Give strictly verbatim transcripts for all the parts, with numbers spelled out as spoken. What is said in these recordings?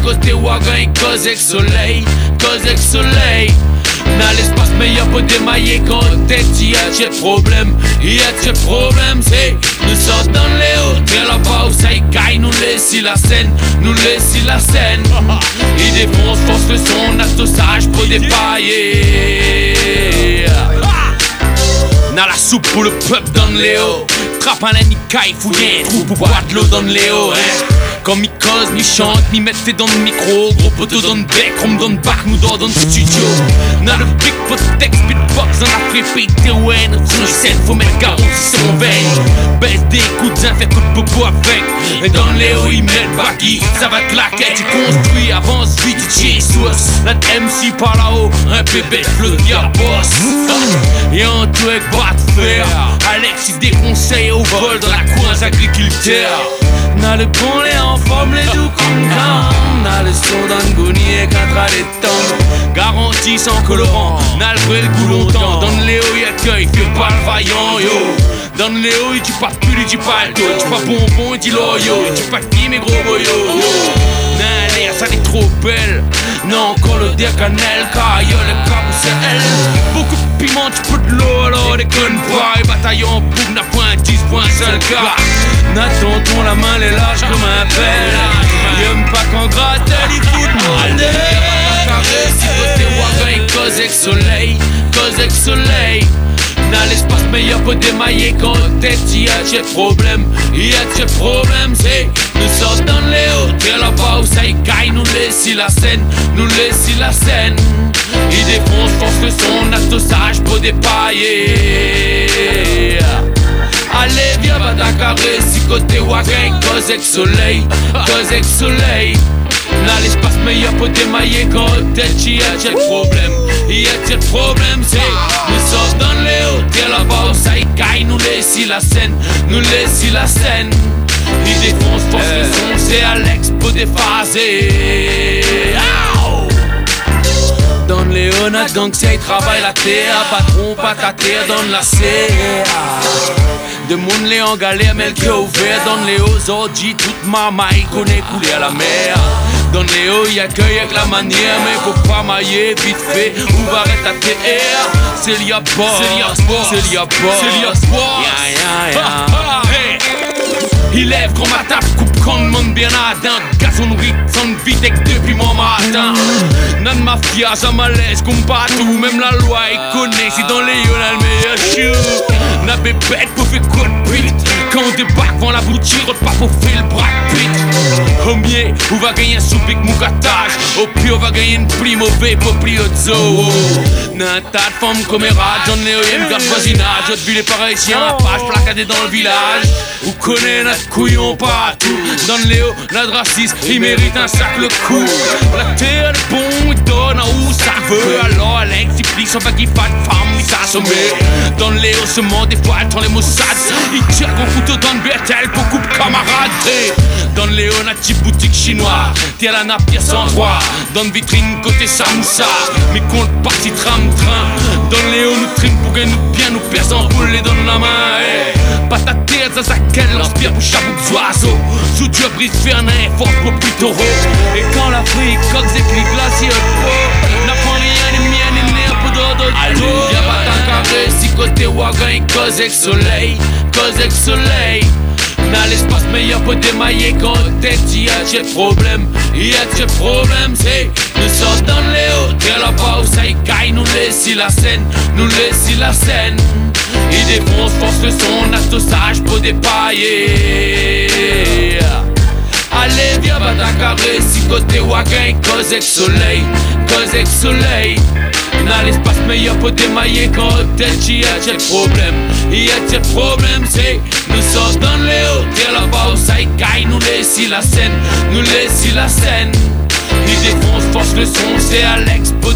côté Wagan, Cosec Soleil, Cosec Soleil. Dans l'espace mais y'a pas démaillé quand tête y'a de problème, y'a de problème. C'est nous sortons dans les hauts, mais là-bas où ça y caille, nous laisse la scène, nous laisse la scène. Il défonce, force le son, nastossage pour dépailler. Dans la soupe pour le peuple dans les hauts, trappe un ni caille, fouillé, trou pour boire de l'eau dans les hauts, hein. Comme il cause, ni chante, ni mette dans le micro. Gros poteau dans le bec, rom dans le bac, nous dans le studio. Dans le big pot texte, beatbox, dans la frépite, T-O-N. Sur le scène, faut mettre garde si c'est mon veille. Baisse des coups de zin, fait coup de popo avec. Et dans les hauts, ils mettent baggy, ça va te claquer. Tu construis, avance vite, tu chies sauce. La M C par là-haut, un bébé, le diable boss. Et un tout avec bras de fer. Alex, il déconseille au vol dans la course agriculteur. N'a le con les en forme les doux comme quand n'a le son d'Angoni et qu'un les temps garantie sans colorant, n'a le vrai le goût longtemps. Donne les hauts y'a cueil, fais pas le vaillant yo. Donne les hauts, il dit pas plus, il dit pas le dos. Il dit pas bonbon, il dit loyo. Il dit pas qui mes gros boyos. N'a l'air, ça est trop belle. Non, encore le décannel, car y'a le carrousel. Beaucoup de piment, tu peux de l'eau, alors déconne pas. Et bataillon, boum, n'a point dix points seul cas. Nathan, ton la main, les large comme un pelle. Y'aime pas qu'en gratte, il fout de monnaie. Carré, si côté Wagan, Cosec Soleil, Cosec Soleil. Dans l'espace, mais y'a pas démaillé quand tête y'a de problème, y'a de problème. C'est nous sortons dans les hauts, t'es là-bas où ça y caille, nous laisse la scène, nous laisse la scène. Il défonce, force le son, nastossage pour dépailler. Allez viens va Dakar, si côté Wagan, Cosec Soleil, Cosec Soleil. Dans l'espace mais y'a pas démaillé quand tête y'a de problème, y'a de problème. C'est nous sortons dans les hauts, t'es là-bas où ça y caille, nous laisse la scène, nous laisse la scène. Il défonce, force le son, c'est Alex pour déphaser. Donne les honnêtes, donc c'est il travaille la terre. Patron, pas ta terre, donne la serre. De monde les en galère, mais le cœur ouvert. Donne les aux ordi, toute ma maille connaît couler à la mer. Donne les hauts, y'a cueil avec la manière, mais faut pas mailler, vite fait, ou va arrêter ta T R. C'est l'I A Boss, c'est l'I A Boss, c'est l'I A Boss, c'est l'I A Boss. Il lève grand matin, coupe quand demande bien à d'un gazonnerie, sans vite depuis mon matin. Nan mafia, ça malaise, comme pas tout, même la loi est connaît, c'est dans les yeux, là le meilleur show. N'a bête pour faire quoi de pute. Quand on débarque, vend la boutique, on pas pour faire le Brad Pitt. Au mieux, on va gagner un soupic moucatage. Au pire, on va gagner une pli mauvais pour pli au zoo. N'a un tas de femmes comme Erat, John Léo, y'a une garde voisinage. Autre ville est pareil, si un page placadé dans le village. Vous connaissez notre couillon partout. Dans Léo, notre raciste, il mérite un sac le coup. La terre est bon, il donne où ça veut. Alors Alex, il plie son baggy pas de femme, il s'assommait. Dans Léo, se ment des fois, dans les Mossad. Il tire un couteau dans le B R T L pour coupe camarade. Dans Léo, la petite boutique chinoise. T'es la nappe, pièce en droit. Dans le vitrine, côté Samoussa. Mais compte parti tram-train. Dans Léo, nous trim pour que nous bien nous perce en boule et donne la main. Hey. Pas ta tête, ça s'accelle, l'inspire pour chaque oiseau. Sous Dieu brise Fernet, force pour plus taureau. Et quand l'Afrique coque des clics glaciers, n'apprend rien, ni mien, ni nerf pour d'autres. Y'a pas ta carré, si côté Wagan, Cosec Soleil, Cosec Soleil. Dans l'espace mais y'a pas démaillé quand tête y'a de problème, y'a de problème. C'est nous sortons dans les hauts, t'es là-bas où ça y caille, nous laisse la scène, nous laisse la scène. Il défonce, force le son, nastossage pour dépailler. Allez viens va Dakar, si côté Wagan, Cosec Soleil, Cosec Soleil. Dans l'espace mais y'a pas démaillé quand tête y'a de problème, y'a de problème. C'est nous sortons dans les hauts, t'es là-bas où ça y caille, nous laisse la scène, nous laisse la scène. Il défonce, force le son, c'est Alex pour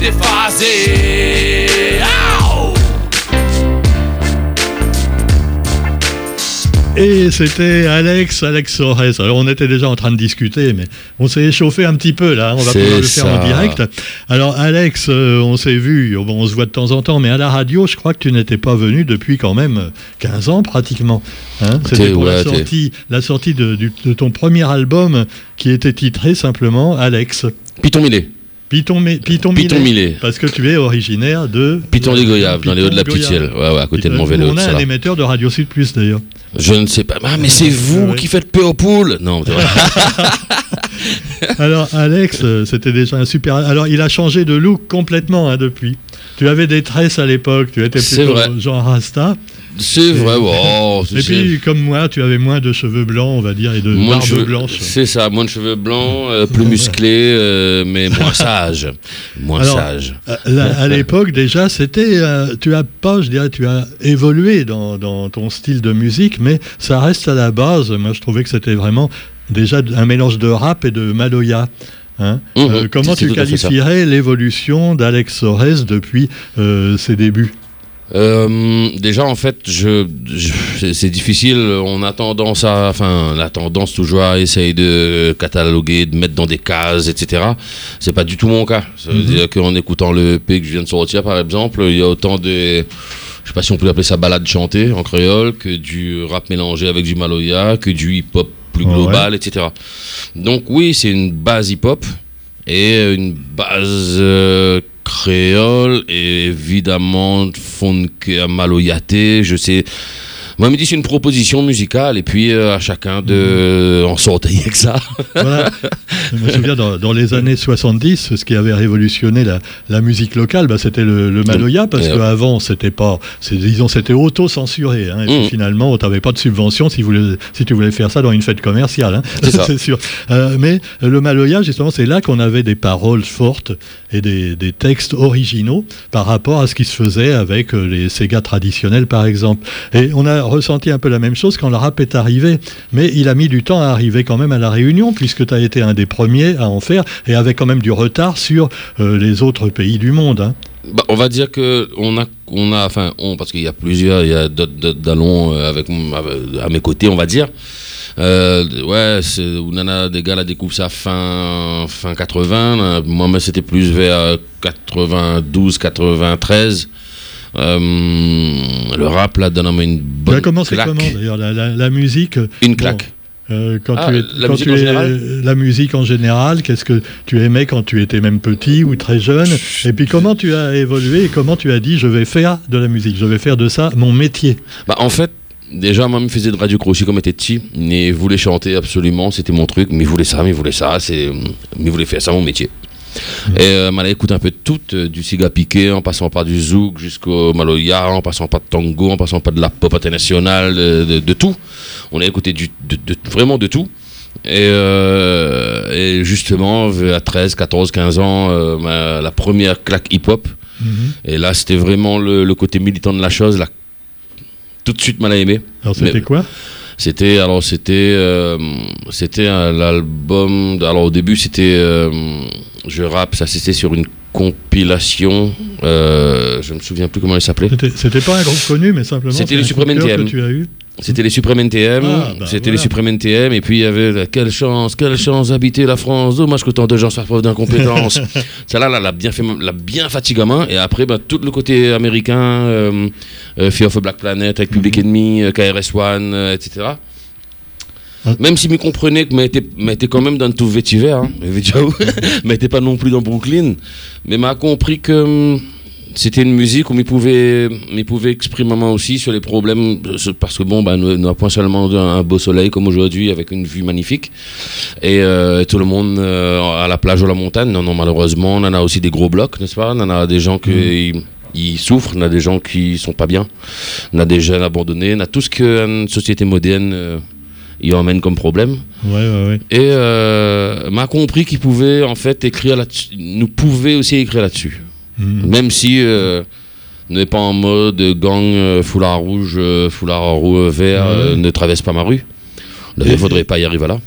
déphaser. Et c'était Alex, Alex Sores. Alors on était déjà en train de discuter, mais on s'est échauffé un petit peu là, on va C'est pouvoir le faire ça. en direct. Alors Alex, euh, on s'est vu, bon, on se voit de temps en temps, mais à la radio, je crois que tu n'étais pas venu depuis quand même quinze ans pratiquement. Hein, c'était pour ouais, la sortie, la sortie de, du, de ton premier album qui était titré simplement Alex. Python Millet. Python, Mi- Python, Python Millet, Millet. parce que tu es originaire de... Python des Goyaves, dans les Python hauts de la Goyave. Petite-Ciel. Ouais, ouais, à côté de Euh, Montvélo. On a tout ça, un là. émetteur de Radio Sud Plus d'ailleurs. Je ne sais pas. Ah, mais c'est vous Ouais. qui faites paix aux poules. Non, c'est vrai. Alors Alex, euh, c'était déjà un super... Alors il a changé de look complètement hein, depuis. Tu avais des tresses à l'époque, tu étais C'est plutôt vrai. genre Rasta. C'est vrai. Oh, Et puis comme moi, tu avais moins de cheveux blancs, on va dire, et de moins de barbe cheveux blanche. C'est ça, moins de cheveux blancs, euh, plus musclés, euh, mais moins sage. Moins Alors, sage. Euh, là, à l'époque déjà, c'était, euh, tu as pas, je dirais, tu as évolué dans, dans ton style de musique, mais ça reste à la base. Moi, je trouvais que c'était vraiment déjà un mélange de rap et de maloya. Hein. Mmh, Euh, comment c'est tu tout à fait ça. qualifierais l'évolution d'Alex Sores depuis euh, ses débuts? Euh, déjà, en fait, je, je- c'est- c'est difficile. On a tendance à, enfin, on a tendance toujours à essayer de cataloguer, de mettre dans des cases, et cetera. C'est pas du tout mon cas. Ça veut Mhm. dire qu'en écoutant le E P que je viens de sortir, par exemple, il y a autant de, je sais pas si on peut appeler ça balade chantée en créole, que du rap mélangé avec du maloya, que du hip-hop plus global, et cetera. Donc oui, c'est une base hip-hop et une base euh, créole et évidemment funk maloyaté, je sais. Moi, je me dis c'est une proposition musicale et puis euh, à chacun de en sortir avec ça. Voilà. Je me souviens, dans, dans les années soixante-dix, ce qui avait révolutionné la, la musique locale, bah, c'était le, le maloya, parce Ouais. qu'avant, c'était pas, c'est, disons, c'était auto-censuré. Hein, et puis Mm. finalement, tu n'avais pas de subvention si, vous voulez- si tu voulais faire ça dans une fête commerciale. Hein, C'est ça. c'est sûr. Euh, mais le maloya, justement, c'est là qu'on avait des paroles fortes et des, des textes originaux par rapport à ce qui se faisait avec euh, les Sega traditionnels, par exemple. Et on a ressenti un peu la même chose quand le rap est arrivé. Mais il a mis du temps à arriver quand même à La Réunion, puisque tu as été un des premiers à en faire, et avec quand même du retard sur euh, les autres pays du monde. Hein. Bah, on va dire que on a, on a, enfin, on, parce qu'il y a plusieurs, il y a d'autres, d'autres dallons euh, avec, m- avec- à mes côtés, on va dire. Euh, ouais, c'est, on en a des gars là découvrent ça fin, fin quatre-vingts. euh, Moi, mais c'était plus vers quatre-vingt-douze, quatre-vingt-treize. Euh, le rap là donne une bonne Ça a commencé claque. comment d'ailleurs la, la, la musique euh, Une bon, claque. euh, quand Ah, tu es, la quand musique tu en es- général la musique en général, qu'est-ce que tu aimais quand tu étais même petit ou très jeune? Et puis comment tu as évolué et comment tu as dit je vais faire de la musique, je vais faire de ça mon métier? Bah, en fait, déjà, moi, je me faisais de radio crochet comme j'étais petit. Mais je voulais chanter absolument, c'était mon truc. Mais je voulais ça, mais je voulais ça, c'est, mais je voulais faire ça mon métier. Et euh, m'allait écouter un peu de tout, euh, du Siga Piqué, en passant par du zouk jusqu'au maloya, en passant par de tango, en passant par de la pop internationale, de, de, de tout. On a écouté du, de, de- vraiment de tout. Et, euh, et justement, à treize, quatorze, quinze ans, euh, ma- la première claque hip-hop. Mhm. Et là, c'était vraiment le, le côté militant de la chose. Là, tout de suite, m'a aimé. Alors c'était Mais- quoi? C'était alors c'était euh, c'était un- l'album. Alors au début c'était euh, je rappe, ça c'était sur une compilation. Euh, je me souviens plus comment elle s'appelait. C'était, c'était pas un groupe connu, mais simplement C'était c'est les un Suprêmes coup de cœur N T M. que tu as eu. C'était les Suprêmes N T M. Ah, bah, c'était voilà. les Suprêmes N T M. Et puis il y avait euh, quelle chance, quelle chance d'habiter la France. Dommage que tant de gens soient preuve d'incompétence. Ça là, là, l'a bien fait, l'a bien fatigamment. Et après, bah, tout le côté américain, euh, euh, Fear of a Black Planet avec Public Enemy, euh, K R S One, euh, et cetera. Ah. Même si me comprenait que m'était m'était quand même dans tout vétiver, hein, m'était pas non plus dans Brooklyn, mais m'a compris que hum, c'était une musique où m'y pouvait m'y pouvait exprimer moi aussi sur les problèmes, parce que bon, bah, nous n'avons pas seulement un, un beau soleil comme aujourd'hui avec une vue magnifique et euh, tout le monde euh, à la plage ou à la montagne. Non, non, malheureusement, on en a aussi des gros blocs, n'est-ce pas? On en a des gens qui Mm. ils souffrent, on a des gens qui sont pas bien, on a des jeunes abandonnés, on a tout ce qu'une société moderne euh, y emmène comme problème. Ouais, ouais, ouais. Et euh, m'a compris qu'il pouvait en fait écrire là-dessus, nous pouvait aussi écrire là-dessus. Mhm. Même si euh, n'est pas en mode gang, euh, foulard rouge, euh, foulard roux, vert, Ouais. euh, ne traverse pas ma rue. Il Et- ne faudrait pas y arriver là.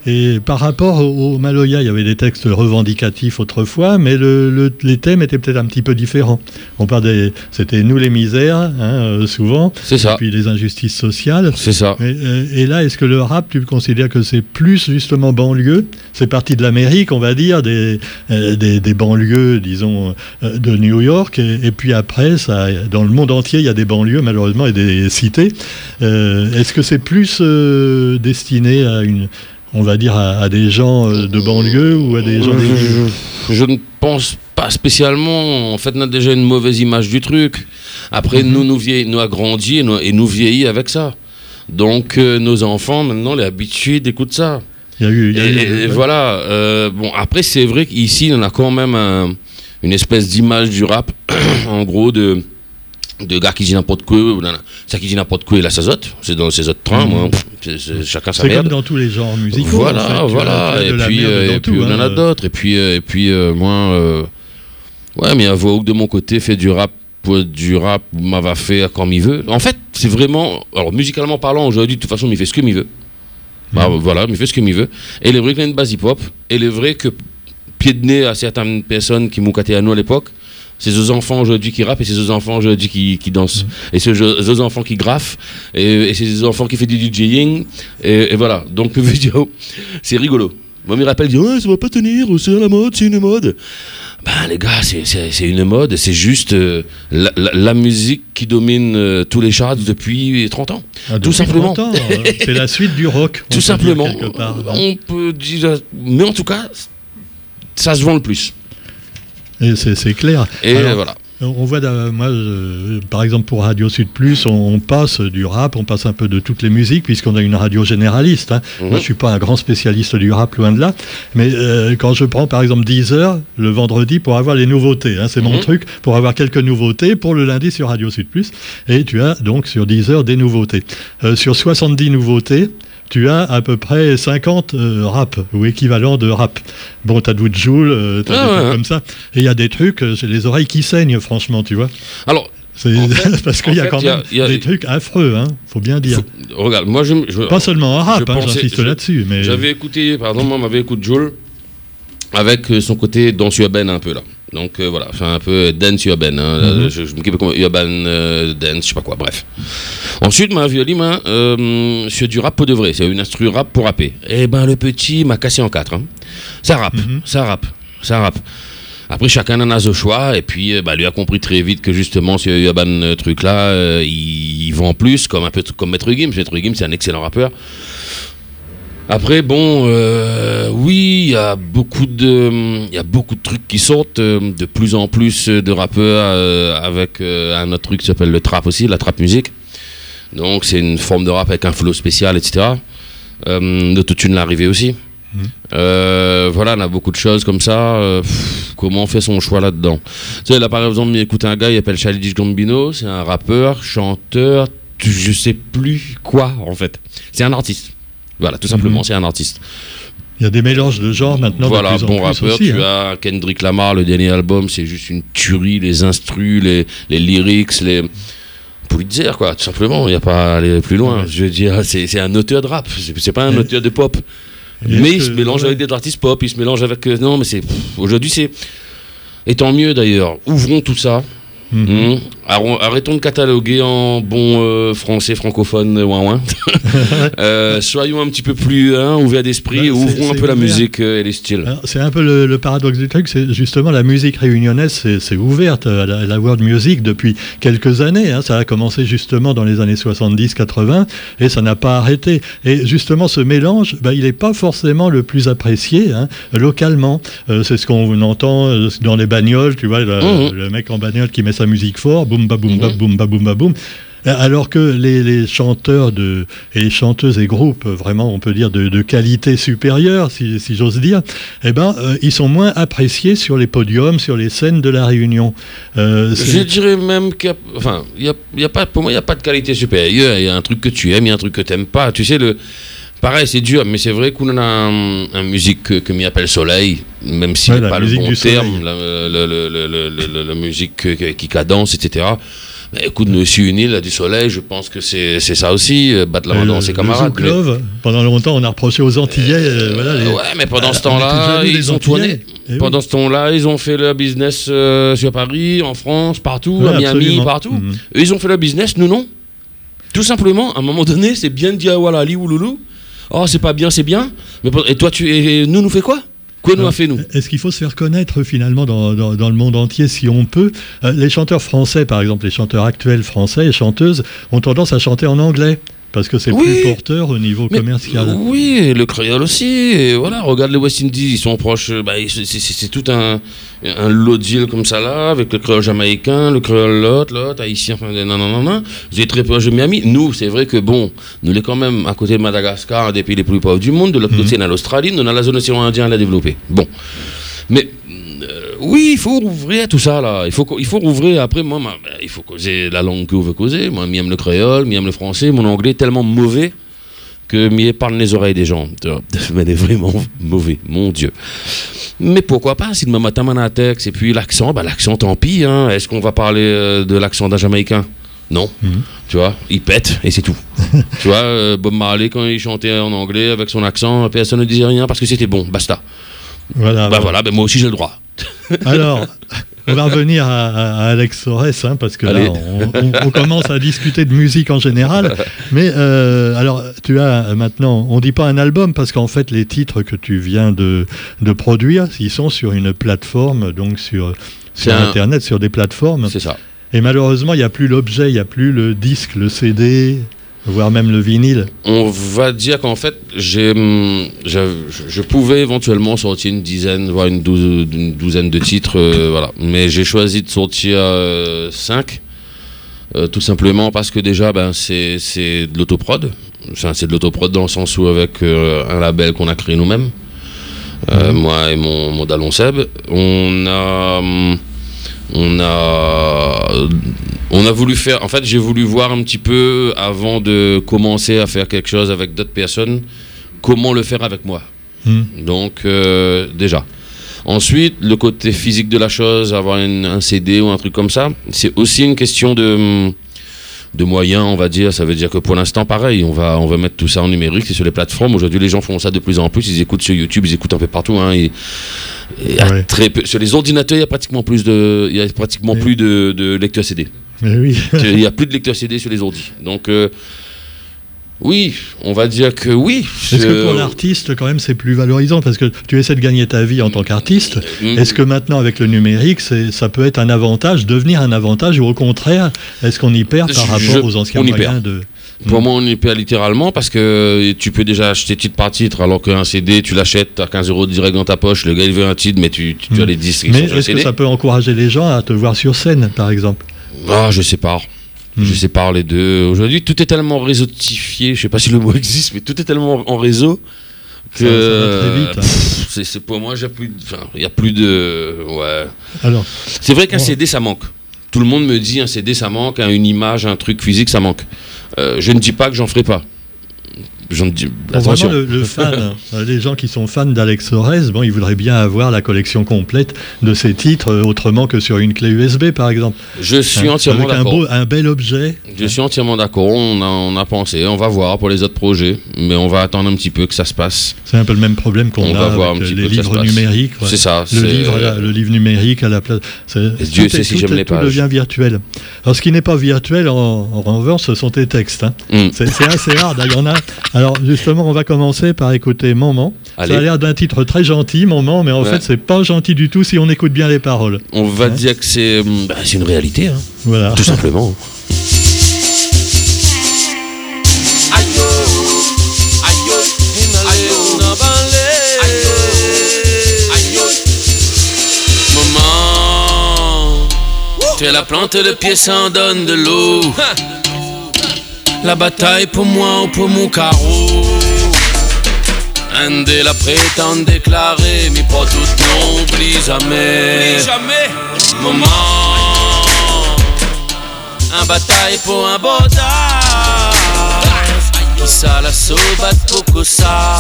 Et par rapport au, au Maloya, il y avait des textes revendicatifs autrefois, mais le, le, les thèmes étaient peut-être un petit peu différents. On parlait, c'était nous les misères, hein, euh, souvent. C'est ça. Et puis les injustices sociales. C'est ça. Et, euh, et là, est-ce que le rap, tu considères que c'est plus justement banlieue? C'est parti de l'Amérique, on va dire, des, euh, des, des banlieues, disons, euh, de New York. Et, et puis après, ça, dans le monde entier, il y a des banlieues, malheureusement, et des cités. Euh, est-ce que c'est plus euh, destiné à une, on va dire, à, à des gens de banlieue ou à des gens... Je, je ne pense pas spécialement. En fait, on a déjà une mauvaise image du truc. Après, mm-hmm. nous, nous, vieillis, nous a grandi et nous, et nous vieillit avec ça. Donc, euh, nos enfants, maintenant, les habitués d'écouter ça. Il y a eu... Il y a et, eu et, et voilà. Euh, bon, après, c'est vrai qu'ici, on a quand même un, une espèce d'image du rap, en gros, de... de gars qui disent n'importe quoi, ça qui dit n'importe quoi, il a sa zotte, c'est dans ses autres trains, mmh. moi, c'est, c'est, chacun sa c'est merde. C'est comme dans tous les genres musicaux. Voilà, en fait, voilà, et puis, euh, et puis on en a d'autres, et puis, euh, et puis euh, moi, euh, ouais, mais Voaouk de mon côté fait du rap, du rap, m'avait fait comme il veut. En fait, c'est vraiment, alors musicalement parlant, aujourd'hui, de toute façon, il fait ce qu'il veut. Mmh. Bah, voilà, il fait ce qu'il veut. Et il est vrai qu'il a une base hip-hop, et il est vrai que pied de nez à certaines personnes qui m'ont caté à nous à l'époque, c'est deux enfants aujourd'hui qui rappent et c'est deux enfants aujourd'hui qui, qui dansent. Mmh. Et c'est deux enfants qui graffent et, et c'est des enfants qui font du DJing. Et, et voilà. Donc le vidéo, c'est rigolo. Moi, il me rappelle, dit, ouais, ça va pas tenir, c'est la mode, c'est une mode. Ben, les gars, c'est, c'est, c'est une mode, c'est juste euh, la, la, la musique qui domine euh, tous les charts depuis trente ans. Ah, tout depuis simplement. trente ans, euh, c'est la suite du rock. Tout simplement. On peut dire, mais en tout cas, ça se vend le plus. Et c'est, c'est clair. Et Alors, voilà. On voit, moi, je, par exemple, pour Radio Sud Plus, on, on passe du rap, on passe un peu de toutes les musiques, puisqu'on a une radio généraliste. Hein. Mmh. Moi, je ne suis pas un grand spécialiste du rap, loin de là. Mais euh, quand je prends, par exemple, dix heures le vendredi pour avoir les nouveautés, hein, c'est mmh. mon truc, pour avoir quelques nouveautés pour le lundi sur Radio Sud Plus. Et tu as donc sur dix heures des nouveautés. Euh, sur soixante-dix nouveautés, tu as à peu près cinquante euh, rap, ou équivalent de rap. Bon, t'as Doudou Joule, euh, t'as ah, des ouais, trucs ouais. comme ça. Et il y a des trucs, euh, j'ai les oreilles qui saignent, franchement, tu vois. Alors, c'est fait, parce qu'il y a fait, quand même y a, y a, des trucs affreux, hein, faut bien dire. Faut, regarde, moi je... je Pas seulement en rap, je hein, pensais, j'insiste je, là-dessus. Mais... J'avais écouté, par exemple, moi, m'avais écouté Joule, avec son côté danse urbaine un peu, là. Donc euh, voilà, enfin un peu dance urbaine, hein. mm-hmm. je, je me dis comme urban euh, dance, je sais pas quoi, bref. Ensuite, ma violime, hein, euh, c'est du rap pour de vrai, c'est une instru rap pour rapper. Et ben le petit m'a cassé en quatre, hein. Ça rappe, mm-hmm. ça rappe, ça rappe. Après, chacun en a ce choix, et puis bah, lui a compris très vite que justement, ce urban truc-là, euh, il, il vend plus, comme un peu comme Maître Gims. Maître Gims, c'est un excellent rappeur. Après, bon, euh, oui, il y a beaucoup de, il y a beaucoup de trucs qui sortent, euh, de plus en plus de rappeurs euh, avec euh, un autre truc qui s'appelle le trap aussi, la trap musique. Donc c'est une forme de rap avec un flow spécial, et cetera. Euh, L'autotune l'arrivée aussi. Mmh. Euh, voilà, on a beaucoup de choses comme ça. Euh, pff, comment on fait son choix là-dedans? Tu sais, là par exemple, j'écoute un gars, il s'appelle Childish Gambino, c'est un rappeur, chanteur, je sais plus quoi en fait. C'est un artiste. Voilà, tout simplement, mmh. c'est un artiste. Il y a des mélanges de genres maintenant. Voilà, de plus bon en plus rappeur, aussi, tu hein. as Kendrick Lamar, le dernier album, c'est juste une tuerie, les instrus, les, les lyrics, les... Pulitzer, quoi, tout simplement, il n'y a pas à aller plus loin. Ouais. Je veux dire, c'est, c'est un auteur de rap, c'est, c'est pas un et auteur de pop. Mais il se mélange ouais. avec des artistes pop, il se mélange avec... Euh, non, mais c'est... Pff, aujourd'hui, c'est... Et tant mieux, d'ailleurs. Ouvrons tout ça. Mmh. Mmh. Arrêtons de cataloguer en bon euh, français francophone ouin ouin. euh, soyons un petit peu plus hein, ouverts d'esprit bah, et ouvrons c'est, un c'est peu ouvert. La musique euh, et les styles. Alors, c'est un peu le, le paradoxe du truc, c'est justement la musique réunionnaise, c'est, c'est ouverte à la, à la world music depuis quelques années. Hein. Ça a commencé justement dans les années soixante-dix quatre-vingts et ça n'a pas arrêté. Et justement, ce mélange, bah, il n'est pas forcément le plus apprécié hein, localement. Euh, c'est ce qu'on entend dans les bagnoles, tu vois, le, mmh. le mec en bagnole qui met sa musique fort, boum ba boum ba boum ba boum ba boum. Alors que les, les chanteurs de, et les chanteuses et groupes, vraiment, on peut dire, de, de qualité supérieure, si, si j'ose dire, eh ben, euh, ils sont moins appréciés sur les podiums, sur les scènes de la Réunion. Euh, Je dirais même qu'il y a, enfin, il y a, il y a pas, pour moi, il n'y a pas de qualité supérieure. Il y a un truc que tu aimes, il y a un truc que tu n'aimes pas. Tu sais, le... Pareil, c'est dur, mais c'est vrai qu'on a un, un musique que, que m'y appelle Soleil, même si ouais, c'est pas le bon terme, la, la, la, la, la, la, la musique qui cadence, et cetera. Écoute, nous sur une île, là, du soleil, je pense que c'est, c'est ça aussi, euh, battre la main dans ses camarades. Le Zouk-Love, pendant longtemps, on a reproché aux Antillais. Euh, voilà, les... Ouais, mais pendant ce temps-là, ils ont tourné. Pendant oui. ce temps-là, ils ont fait leur business euh, sur Paris, en France, partout, ouais, à Miami, absolument. Partout. Mm-hmm. Eux, ils ont fait leur business, nous non. Tout simplement, à un moment donné, c'est bien de dire voilà, li ou loulou. Oh, c'est pas bien, c'est bien. Mais et toi, tu, et nous, nous fait quoi? Quoi nous a fait, nous? Est-ce qu'il faut se faire connaître finalement dans, dans, dans le monde entier si on peut? euh, Les chanteurs français, par exemple, les chanteurs actuels français et chanteuses ont tendance à chanter en anglais. Parce que c'est oui, plus porteur au niveau mais, commercial. Oui, le créole aussi. Et voilà, regarde les West Indies, ils sont proches. Bah, c'est, c'est, c'est tout un, un lot deal comme ça là, avec le créole jamaïcain, le créole l'autre, l'autre, haïtien, enfin, non, non, non, non. Vous êtes très proche de Miami. Nous, c'est vrai que bon, nous, on est quand même à côté de Madagascar, un des pays les plus pauvres du monde. De l'autre mm-hmm. côté, on a l'Australie, nous, on a la zone océan Indien à la développer. Bon. Mais. Oui, il faut rouvrir tout ça là. Il faut, il faut rouvrir. Après, moi, ma, il faut causer la langue que vous veut causer. Moi, j'aime le créole, j'aime le français. Mon anglais est tellement mauvais que m'y parle les oreilles des gens. Mais il est vraiment mauvais, mon Dieu. Mais pourquoi pas? Si demain matin, mon texte et puis l'accent, bah, l'accent, tant pis. Hein. Est-ce qu'on va parler euh, de l'accent d'un Jamaïcain? Non. Mm-hmm. Tu vois, il pète et c'est tout. Tu vois, euh, Bob Marley, quand il chantait en anglais avec son accent, personne ne disait rien parce que c'était bon. Basta. Voilà. Bah voilà, bah moi aussi j'ai le droit. Alors, on va revenir à, à Alex Sorès, hein, parce que Allez. là, on, on, on commence à discuter de musique en général. Mais euh, alors, tu as maintenant, on dit pas un album, parce qu'en fait, les titres que tu viens de, de produire, ils sont sur une plateforme, donc sur, sur un... Internet, sur des plateformes. C'est ça. Et malheureusement, il n'y a plus l'objet, il n'y a plus le disque, le C D... voire même le vinyle. On va dire qu'en fait, j'ai, j'ai, je pouvais éventuellement sortir une dizaine, voire une douzaine, une douzaine de titres, euh, voilà. Mais j'ai choisi de sortir euh, cinq, euh, tout simplement parce que déjà, ben, c'est, c'est de l'autoprod. Enfin, c'est de l'autoprod dans le sens où avec euh, un label qu'on a créé nous-mêmes, euh, mmh. moi et mon, mon Dallon Seb, on a... On a, on a voulu faire, en fait j'ai voulu voir un petit peu avant de commencer à faire quelque chose avec d'autres personnes, comment le faire avec moi. Mmh. Donc euh, déjà. Ensuite, le côté physique de la chose, avoir une, un C D ou un truc comme ça, c'est aussi une question de, de moyens, on va dire. Ça veut dire que pour l'instant, pareil, on va, on va mettre tout ça en numérique, c'est sur les plateformes. Aujourd'hui, les gens font ça de plus en plus, ils écoutent sur YouTube, ils écoutent un peu partout. Hein, et, et ouais. très peu, sur les ordinateurs, il n'y a pratiquement plus de, il y a pratiquement oui. plus de, de lecteurs C D. Mais oui. Il n'y a plus de lecteurs C D sur les ordis. Donc, euh, oui, on va dire que oui. Est-ce que pour l'artiste, quand même, c'est plus valorisant? Parce que tu essaies de gagner ta vie en tant qu'artiste. Mmh. Est-ce que maintenant, avec le numérique, c'est, ça peut être un avantage, devenir un avantage, ou au contraire, est-ce qu'on y perd par rapport Je, aux anciens moyens de... Pour mmh. moi, on y perd littéralement parce que tu peux déjà acheter titre par titre, alors qu'un C D, tu l'achètes à quinze euros direct dans ta poche. Le gars, il veut un titre, mais tu, tu, mmh. tu as les disques. Mais est-ce que ça peut encourager les gens à te voir sur scène, par exemple? Ah, je sais pas. Mmh. Je sais pas les deux. Aujourd'hui, tout est tellement réseautifié. Je sais pas si le mot existe, mais tout est tellement en réseau que ça, ça va très vite. Hein. Pff, c'est, c'est pour moi, j'ai plus. Enfin, il y a plus de. Ouais. Alors. C'est vrai qu'un oh. C D, ça manque. Tout le monde me dit un C D, ça manque, une image, un truc physique, ça manque. Euh, je ne dis pas que j'en ferai pas. J'en dis, attention. Vraiment, le, le fan, les gens qui sont fans d'Alex Sorès, bon, ils voudraient bien avoir la collection complète de ces titres, euh, autrement que sur une clé U S B, par exemple. Je suis hein, entièrement avec d'accord. Un, beau, un bel objet. Je hein. suis entièrement d'accord. On a, on a pensé, on va voir pour les autres projets, mais on va attendre un petit peu que ça se passe. C'est un peu le même problème qu'on on a avec les livres numériques. Ouais. C'est ça. Le, c'est... Livre, la, le livre numérique à la place. C'est, Dieu sait si j'aime les pages. Tout devient virtuel. Alors, ce qui n'est pas virtuel, en, en revanche, ce sont tes textes. Hein. Mm. C'est, c'est assez rare. Il y en a. Alors, justement, on va commencer par écouter Maman. Allez. Ça a l'air d'un titre très gentil, Maman, mais en ouais. fait, c'est pas gentil du tout si on écoute bien les paroles. On va hein dire que c'est, bah, c'est une réalité, hein. Voilà. Tout simplement. Maman, tu es la plante de pied sans donne de l'eau. La bataille pour moi ou pour mon carreau. Un de la prétend déclarer, mais pas tout non, oublie jamais. Oublie jamais. Maman, un bataille pour un bodage. Ça la sobat pour ça.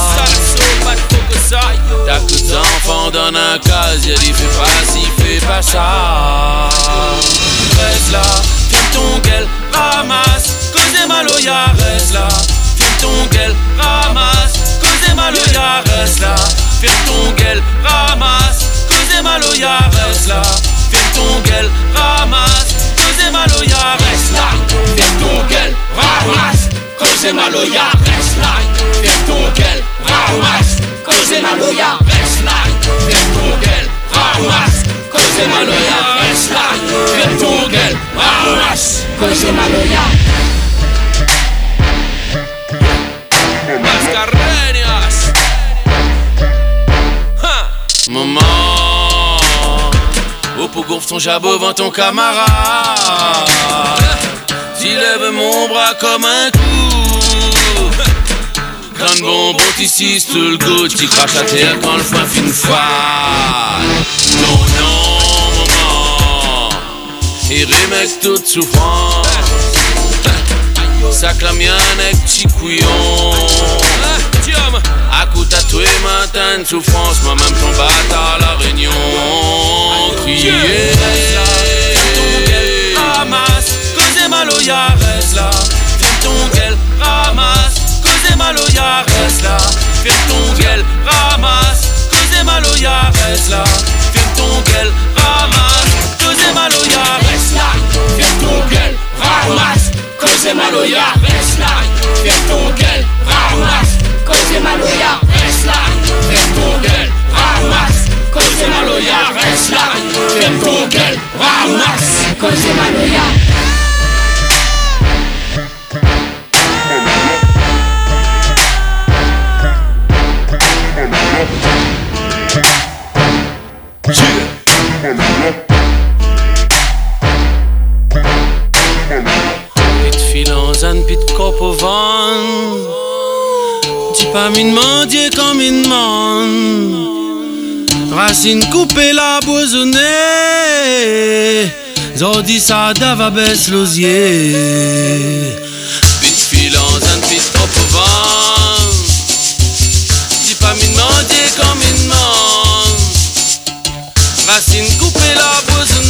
T'as que d'enfants dans un casier, il fait pas ci, fait pas ça. Reste là, ferme ton gueule, ramasse, cause maloya, reste là. Ferme ton gueule, ramasse, cause maloya, reste là. Ferme ton gueule, ramasse, cause maloya, reste là. Ferme ton gueule, ramasse, cause maloya, reste là. Ferme ton gueule, ramasse, cause maloya, reste là. Ferme ton gueule, ramasse, cause maloya, reste là. Ferme ton gueule, ramasse, cause maloya, reste là. Ferme ton gueule, ramasse, cause maloya. Mascareñas. Maman, au pour gonfle ton jabot devant ton camarade. Tu lèves mon bras comme un coup. Grande bombe, ici, tout le goût. Tu craches à terre quand le foin fin foile. Non, non, maman. Et remec toute souffrance. Ça clame un petit couillon. À coup tatoué, matin de souffrance. Moi-même ton bâtard la réunion. Crier. Ramasse, cause maloya, reste là. Ferme ton gueule, ramasse, cause maloya, reste là. Ferme ton gueule, ramasse, cause maloya, reste là. Ferme ton gueule, ramasse, cause maloya, reste là. Ferme ton gueule, ramasse, cause maloya, reste là. Ferme ton gueule, ramasse, cause maloya, reste là. Ferme ton gueule, ramasse, cause maloya, reste là. Ferme ton gueule, ramasse, cause maloya. Pit filanzane, pit cop au vent. Dis pas mine mendier comme une demande. Racine coupée la boisonnée. Zodi ça dava baisse l'osier. Pit filanzane, pit cop au vent. Dis pas mine mendier comme une demande. Racine coupée la boisonnée.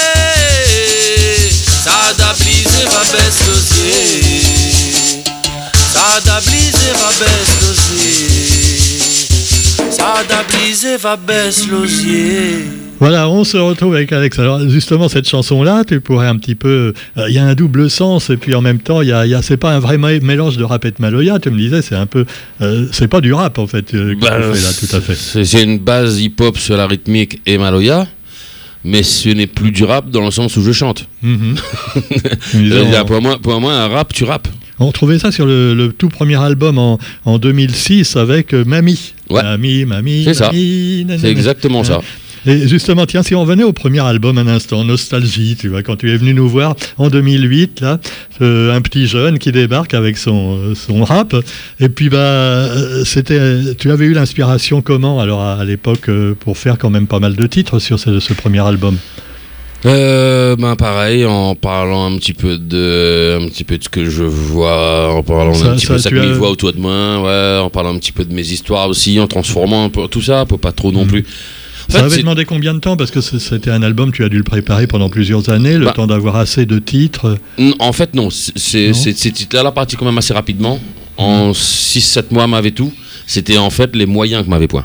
Ça da blise va baisse l'osier. Ça da blise va baisse l'osier. Ça da blise va baisse l'osier. Voilà, on se retrouve avec Alex. Alors justement, cette chanson-là, tu pourrais un petit peu... Il euh, y a un double sens, et puis en même temps, y a, y a, c'est pas un vrai ma- mélange de rap et de maloya, tu me disais, c'est un peu... Euh, c'est pas du rap, en fait, euh, que bah, tu fais là, tout à fait. C'est, c'est une base hip-hop sur la rythmique et maloya, mais ce n'est plus du rap dans le sens où je chante. Mm-hmm. C'est-à-dire, pour, moi, pour moi, un rap, tu rappes. On trouvait ça sur le, le tout premier album en, en deux mille six avec euh, Mamie. Ouais. Mamie, Mamie, C'est ça. Mamie, nanana. C'est exactement ça. Et justement, tiens, si on venait au premier album un instant, Nostalgie, tu vois, quand tu es venu nous voir en deux mille huit, là, euh, un petit jeune qui débarque avec son, euh, son rap, et puis bah, euh, c'était, tu avais eu l'inspiration comment, alors à, à l'époque, euh, pour faire quand même pas mal de titres sur ce, ce premier album? Euh, ben pareil, en parlant un petit peu de, un petit peu de ce que je vois, en parlant Ça- un petit ça, peu de ça tu que as- je vois autour de moi, ouais, en parlant un petit peu de mes histoires aussi, en transformant un peu tout ça, peut pas trop non Mhm. plus. En Ça fait, avait c'est- demandé combien de temps? Parce que c'est- c'était un album, tu as dû le préparer pendant plusieurs années, le Bah. temps d'avoir assez de titres. N- En fait, non. C'est, c'est, Non. c'est- ces titres-là parti quand même assez rapidement. En six sept mois, m'avait tout. C'était en fait les moyens que m'avait point.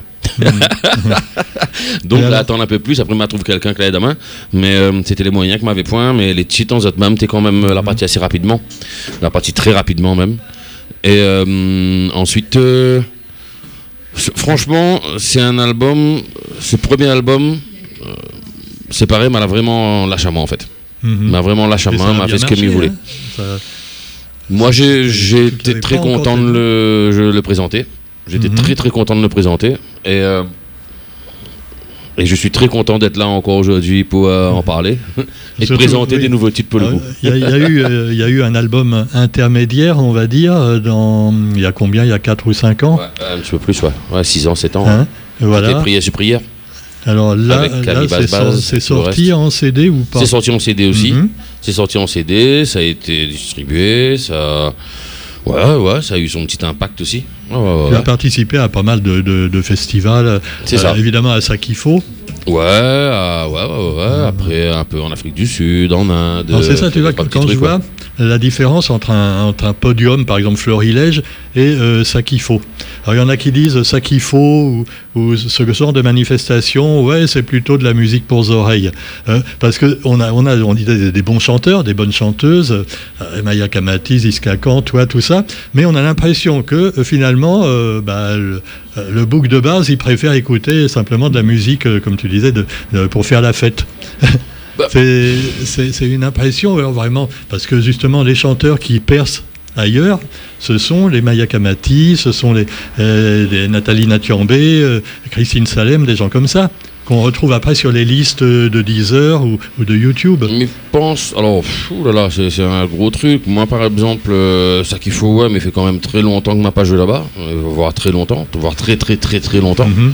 Donc Et là, alors attendre un peu plus. Après, m'a trouvé quelqu'un qui l'aide à main. Mais euh, c'était les moyens que m'avait point. Mais les titres, en zot même, t'es quand même euh, la partie assez rapidement. La partie très rapidement même. Et euh, ensuite, euh, c- franchement, c'est un album. Ce premier album, euh, c'est pareil, m'a vraiment lâché à moi en fait. Mhm. M'a vraiment lâché à Et ça moi, a m'a bien fait ce qu'il marché, voulait. hein. Ça- Moi, j'ai, j'ai Tu- tu été l'avais très pas encore content de fait. le, je- le présenter. J'étais Mhm. très très content de le présenter. Et, euh, et je suis très content d'être là encore aujourd'hui pour euh, en parler et de Surtout, présenter oui. des nouveaux titres pour le coup. Il y, a- il y a eu, euh, il y a eu un album intermédiaire, on va dire, euh, dans, il y a combien? Il y a quatre ou cinq ans. Ouais, un petit peu plus, ouais. ouais six ans, sept ans. Hein, J'ai voilà. prié sur prière. Alors là, avec là, Camille c'est, Basbaz, sor- c'est le sorti reste. en C D ou pas? C'est sorti en C D aussi. Mhm. C'est sorti en C D, ça a été distribué, ça. Ouais, ouais, ça a eu son petit impact aussi. Ouais, ouais, Tu ouais. as participé à pas mal de, de- de festivals. C'est Euh, ça. Évidemment à Sakifo. Ouais, euh, ouais, ouais, ouais. Après, un peu en Afrique du Sud, en Inde. Alors c'est ça, tu vois, quand trucs, je vois ouais. la différence entre un, entre un podium, par exemple Florilège, et euh, Sakifo. Alors il y en a qui disent Sakifo ou, ou ce genre de manifestation, ouais, c'est plutôt de la musique pour les oreilles. Euh, parce qu'on a, on a, on dit des, des bons chanteurs, des bonnes chanteuses, euh, Maya Kamati, Ziska Khan, toi, tout ça, mais on a l'impression que euh, finalement, euh, bah, le, le bouc de base, il préfère écouter simplement de la musique, euh, comme tu disais, de, de, pour faire la fête. Bah. C'est, c'est, c'est une impression, alors, vraiment, parce que justement, les chanteurs qui percent ailleurs, ce sont les Maya Kamati, ce sont les, euh, les Nathalie Nathiambé, euh, Christine Salem, des gens comme ça, qu'on retrouve après sur les listes de Deezer ou, ou de YouTube. Mais pense, alors, là là, c'est, c'est un gros truc. Moi, par exemple, euh, ça qu'il faut, ouais, mais fait quand même très longtemps que ma page est là-bas, euh, voire très longtemps, voire très très très très longtemps. Mm-hmm.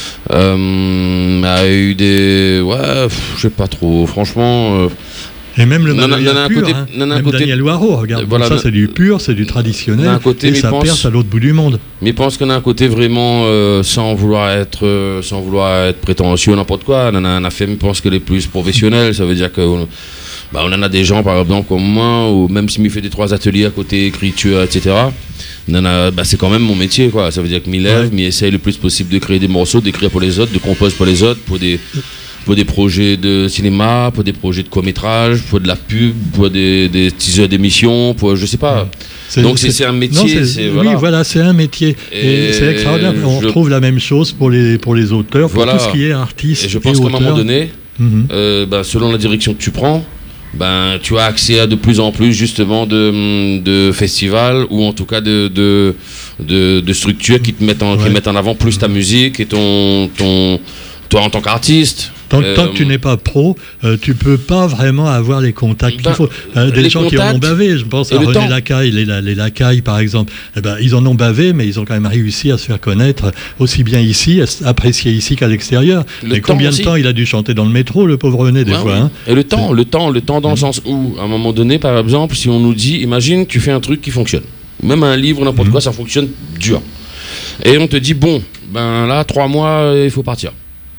Euh, a eu des, ouais, je sais pas trop, franchement. Euh, Et même le Maloya pur, côté, hein. Même côté, Daniel Waro, regarde, voilà, ça c'est du pur, c'est du traditionnel, côté, et ça pense, perce à l'autre bout du monde. Mais je pense qu'on a un côté vraiment, euh, sans vouloir être euh, sans vouloir être prétentieux, n'importe quoi, on a un affaire, je pense que les plus professionnels, ça veut dire que on, bah, on en a des gens, par exemple, comme moi, ou même si je fais des trois ateliers à côté, écriture, et cetera, on en a, bah, c'est quand même mon métier, quoi. Ça veut dire que m'y lève, ouais. m'y essaye le plus possible de créer des morceaux, d'écrire pour les autres, de composer pour les autres, pour des... pour des projets de cinéma, pour des projets de court-métrage, pour de la pub, pour des, des teasers d'émissions, pour je sais pas. C'est, Donc c'est, c'est un métier. Non, c'est, c'est, voilà. Oui, voilà, c'est un métier. Et, et c'est extraordinaire. On je... retrouve la même chose pour les, pour les auteurs, pour voilà. tout ce qui est artiste. Et je pense et qu'à un moment donné, mm-hmm. euh, bah, selon la direction que tu prends, ben, tu as accès à de plus en plus justement de, de festivals ou en tout cas de, de, de, de structures qui te mettent en, ouais. qui mettent en avant plus ta musique et ton, ton, toi en tant qu'artiste. Tant, euh, tant que tu n'es pas pro, euh, tu peux pas vraiment avoir les contacts ben, qu'il faut. Euh, des gens qui en ont bavé, je pense à René temps. Lacaille, les, les Lacaille par exemple, eh ben, ils en ont bavé, mais ils ont quand même réussi à se faire connaître aussi bien ici, apprécier ici qu'à l'extérieur. Le et combien de temps il a dû chanter dans le métro, le pauvre René, des ben fois. Oui. Hein. Et le temps, le temps, le temps dans mmh. le sens où, à un moment donné, par exemple, si on nous dit, imagine, tu fais un truc qui fonctionne, même un livre, n'importe mmh. quoi, ça fonctionne dur. Et on te dit, bon, ben là, trois mois, il faut partir.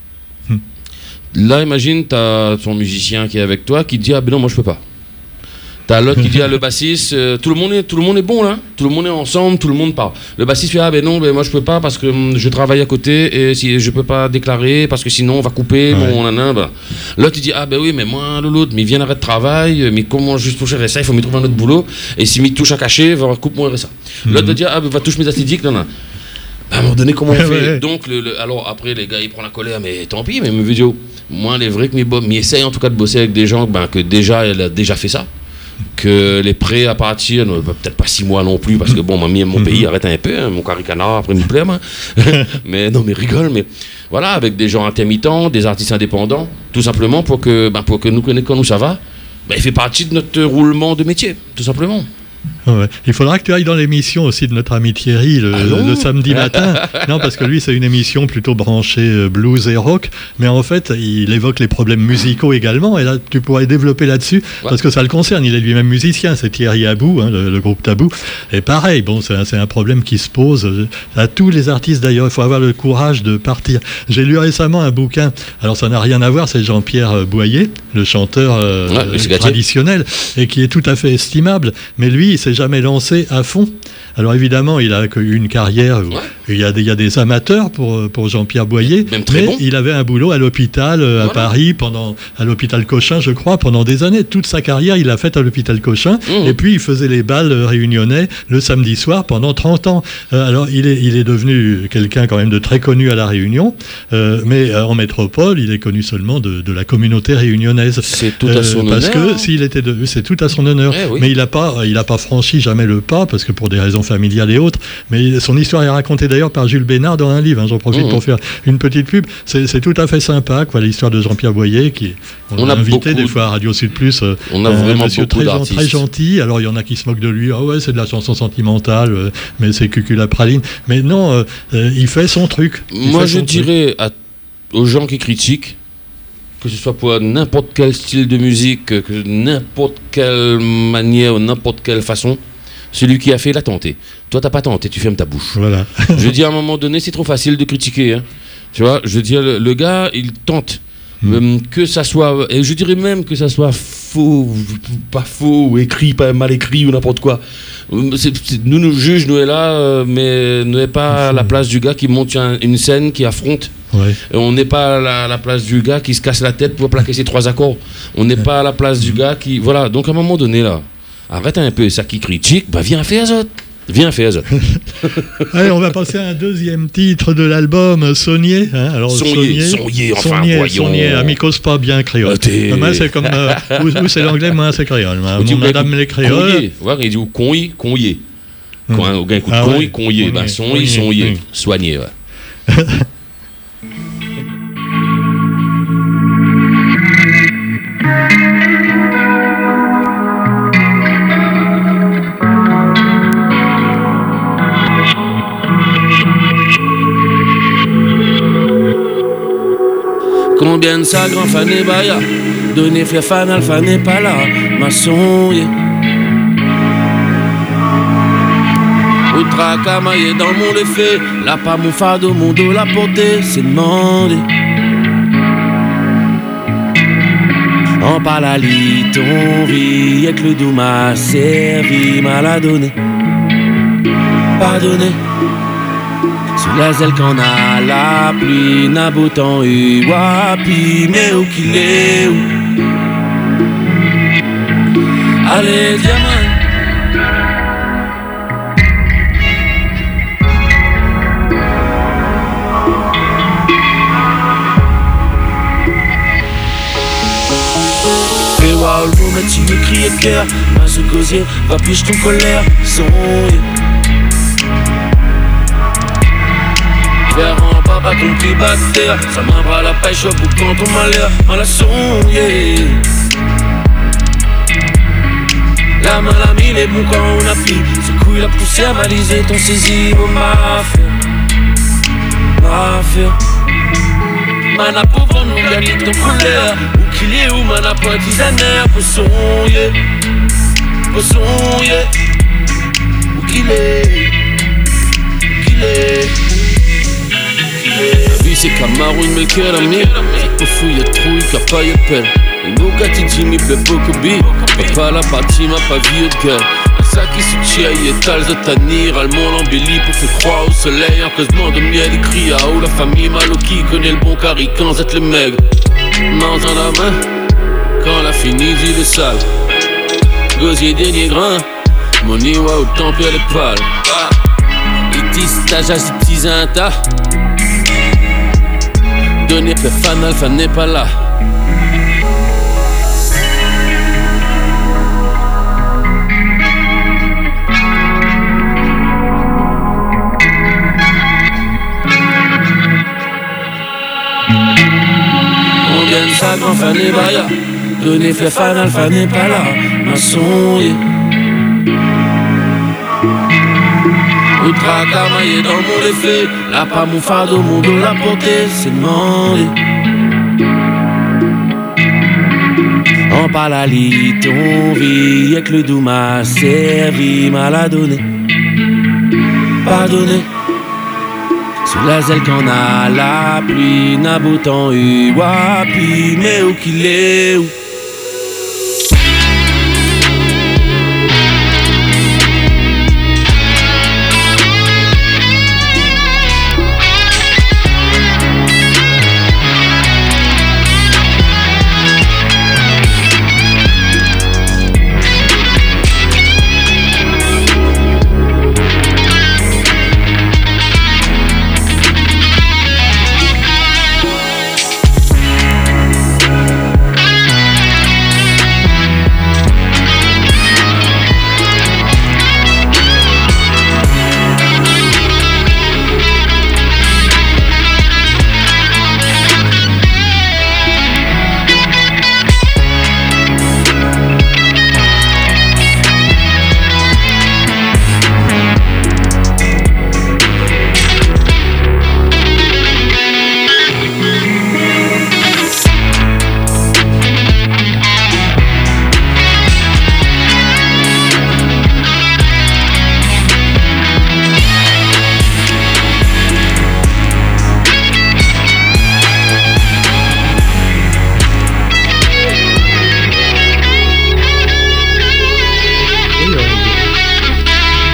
Là, imagine, t'as ton musicien qui est avec toi qui te dit ah ben non, moi je peux pas. T'as l'autre qui dit ah le bassiste, euh, tout le monde est tout le monde est bon là, tout le monde est ensemble, tout le monde part. Le bassiste fait ah ben non, ben moi je peux pas parce que hum, je travaille à côté et si je peux pas déclarer parce que sinon on va couper. Ouais. Bon, nan, nan, ben. L'autre il dit ah ben oui mais moi l'autre, mais il vient d'arrêter de travail, mais comment juste toucher R S A, il faut me trouver un autre boulot et si me touche à cacher, va couper mon R S A. Mm-hmm. L'autre va dire ah ben va toucher mes acidiques, non non. À un moment donné, comment on fait ouais. Donc, le, le, alors après, les gars, ils prennent la colère, mais tant pis, mais me vidéo. Moi, les vrais que mes boss, mais essaye en tout cas de bosser avec des gens ben, que déjà, elle a déjà fait ça. Que les prêts à partir, ben, peut-être pas six mois non plus, parce que bon, moi, mon mm-hmm. pays arrête un peu, hein, mon caricana, après, il me plaît, moi. Mais non, mais rigole, mais voilà, avec des gens intermittents, des artistes indépendants, tout simplement pour que, ben, pour que nous connaissions quand nous ça va, ben, il fait partie de notre roulement de métier, tout simplement. Ouais. Il faudra que tu ailles dans l'émission aussi de notre ami Thierry le, ah le samedi matin. Non, parce que lui, c'est une émission plutôt branchée blues et rock. Mais en fait, il évoque les problèmes musicaux également. Et là, tu pourrais développer là-dessus, ouais. parce que ça le concerne. Il est lui-même musicien. C'est Thierry Abou, hein, le, le groupe Tabou. Et pareil, bon, c'est un, c'est un problème qui se pose à tous les artistes d'ailleurs. Il faut avoir le courage de partir. J'ai lu récemment un bouquin. Alors, ça n'a rien à voir. C'est Jean-Pierre Boyer, le chanteur euh, ouais, traditionnel, et qui est tout à fait estimable. Mais lui, il s'est jamais lancé à fond. Alors évidemment, il a eu une carrière où ouais. il, y a des, il y a des amateurs pour, pour Jean-Pierre Boyer, même très mais bon. Il avait un boulot à l'hôpital euh, voilà. à Paris, pendant, à l'hôpital Cochin, je crois, pendant des années. Toute sa carrière, il l'a faite à l'hôpital Cochin, mmh. et puis il faisait les bals réunionnais le samedi soir pendant trente ans. Euh, alors il est, il est devenu quelqu'un quand même de très connu à La Réunion, euh, mais euh, en métropole, il est connu seulement de, de la communauté réunionnaise. C'est tout à son euh, parce honneur. Parce que s'il était de, c'est tout à son honneur. Eh oui. Mais il n'a pas, il a pas franchi jamais le pas, parce que pour des raisons familiales et autres. Mais son histoire est racontée d'ailleurs par Jules Bénard dans un livre. Hein, j'en profite mmh. pour faire une petite pub. C'est, c'est tout à fait sympa, quoi, l'histoire de Jean-Pierre Boyer, qui on, on a invité des fois à Radio Sud Plus. Euh, on a euh, vraiment monsieur beaucoup très, d'artistes. Très gentil. Alors il y en a qui se moquent de lui. Ah ouais, c'est de la chanson sentimentale, euh, mais c'est cucul à praline. Mais non, euh, euh, il fait son truc. Il Moi, je dirais à, aux gens qui critiquent, que ce soit pour n'importe quel style de musique, que n'importe quelle manière, n'importe quelle façon, celui qui a fait, il a tenté. Toi, t'as pas tenté, tu fermes ta bouche. Voilà. Je dis à un moment donné, c'est trop facile de critiquer. Hein. Tu vois, je veux dire, le, le gars, il tente. Mmh. Euh, que ça soit, et je dirais même que ça soit faux, pas faux, ou écrit, pas mal écrit, ou n'importe quoi. C'est, c'est, nous, nous juge, nous est là, euh, mais nous n'est pas à la place du gars qui monte un, une scène, qui affronte. Ouais. Et on n'est pas à la, à la place du gars qui se casse la tête pour plaquer ses trois accords. On n'est ouais. pas à la place du gars qui... Voilà, donc à un moment donné, là, arrête un peu ça qui critique, bah viens faire ça. Viens, fais ça. Allez, on va passer à un deuxième titre de l'album, Saunier. Hein, alors, Saunier, Saunier, enfin, Saunier, voyons. Saunier, amicos pas bien créole. Euh, moi, c'est comme... Euh, où, où c'est l'anglais, moi, c'est créole. Mon madame les créoles... Ouais, il dit où conye, conye. Quand un gars écoute conye, conye. Ben, Saunier, Saunier. Soigné, ouais. Combien de ça grand fan et baya, donner fleur fanal fan et pas là, maçon yeah. Outra camaillé dans mon effet, là pas mon fado, mon dos la portée, c'est demandé. En palali ton vie, avec le doux m'a servi, m'a la donné, pardonné. Sous la zèle qu'on a la pluie, n'a beau temps eu wapi, mais où qu'il est où? Allez, diamant. Fais waouh, le moment tu me crier cœur, ma ce gosier, va plus ton colère, son vers en bas, pas ton petit batteur. Ça m'embra la pêche au bout quand ton malheur en la sonné. La main l'a mis les bons quand on a pris. Ce coup il a poussé à maliser ton saisi. Oh ma fée, ma fée. Mana pauvre nous gagne ton couleur. Où qu'il est où mana pas tisaner. Pour sonner, pour sonner. Où qu'il est, où qu'il est. La vie c'est Cameroun mais quel ami. Au fou y'a trouille qu'a pas y'a pelle. Et nos gars t'y me plaît beaucoup bi. Papa la partie m'a pas vu de gueule. Ça qui se tient y est tal de tanir. Allemand l'embellit pour faire croire au soleil. En causement de miel écrit à haut la famille malo qui connaît le bon carré quand vous êtes le maigre. Main dans la main quand la fini dit le sale. Gosier dernier grain. Mon iwa au temple et les pales. Et dix stages à petits intas. Donner peu fan alpha n'est pas là. Combien de ça grand fan et baya, donner fait fan alpha n'est pas là. Maçon yeah. Outra camaillé dans mon effet, là pas mon fardeau, mon dos la portée, c'est demandé. En palali ton vie, avec le doux m'a servi, m'a la donné, pardonné. Sous la zèle qu'on a la pluie, n'a beau temps eu wapi, mais où qu'il est où?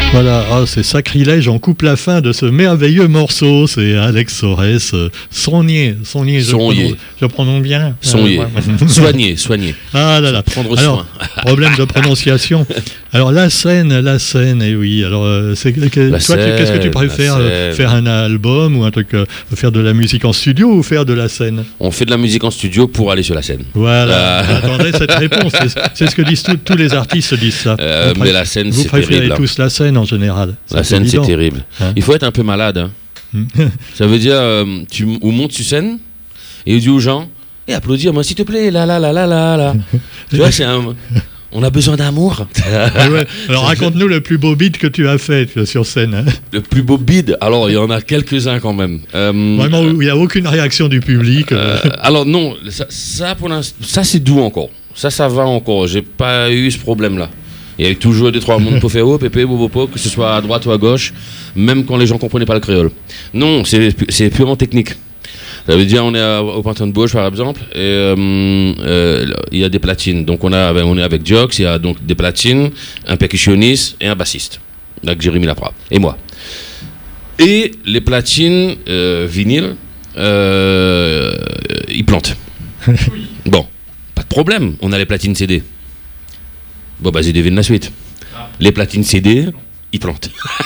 Voilà, oh, c'est sacrilège, on coupe la fin de ce merveilleux morceau, c'est Alex Sorès, euh, Sonnier, Sonnier, je prononce, je prononce bien. Sonnier, euh, ouais. soigner, soigner. Ah là là, prendre alors, soin. Problème de prononciation. Alors la scène, la scène, et eh oui, alors euh, c'est, que, la toi, scène, qu'est-ce que tu préfères, euh, faire un album ou un truc, euh, faire de la musique en studio ou faire de la scène? On fait de la musique en studio pour aller sur la scène. Voilà, Euh... j'attendais cette réponse, c'est, c'est ce que disent tout, tous les artistes disent ça. Euh, mais la scène, vous c'est préférez terrible. tous la scène en général. La scène, évident. c'est terrible. Hein? Il faut être un peu malade. Hein. Ça veut dire, euh, tu ou montes sur scène et tu dis aux gens, et applaudis, moi s'il te plaît, là, là, là, là, là, là. Tu vois, c'est un... On a besoin d'amour. Ouais. Alors raconte-nous le plus beau beat que tu as fait sur scène. Hein. Le plus beau bid, alors il y en a quelques-uns quand même. Euh, Vraiment où il n'y a aucune réaction du public. Euh, alors non, ça, ça, pour l'instant, ça c'est doux encore. Ça, ça va encore. J'ai pas eu ce problème-là. Il y a eu toujours deux, trois mondes pour faire oh, pépé, bobo, que ce soit à droite ou à gauche, même quand les gens comprenaient pas le créole. Non, c'est, c'est purement technique. Ça veut dire on est à, au Panthéon de Bauge par exemple, et euh, euh, il y a des platines. Donc on, a, on est avec Jox, il y a donc des platines, un percussionniste et un bassiste. Avec Jérémy Lapra et moi. Et les platines euh, vinyles, euh, ils plantent. Bon, pas de problème, on a les platines C D. Bon, bah, j'ai devine la suite. Ah. Les platines C D, ils plantent.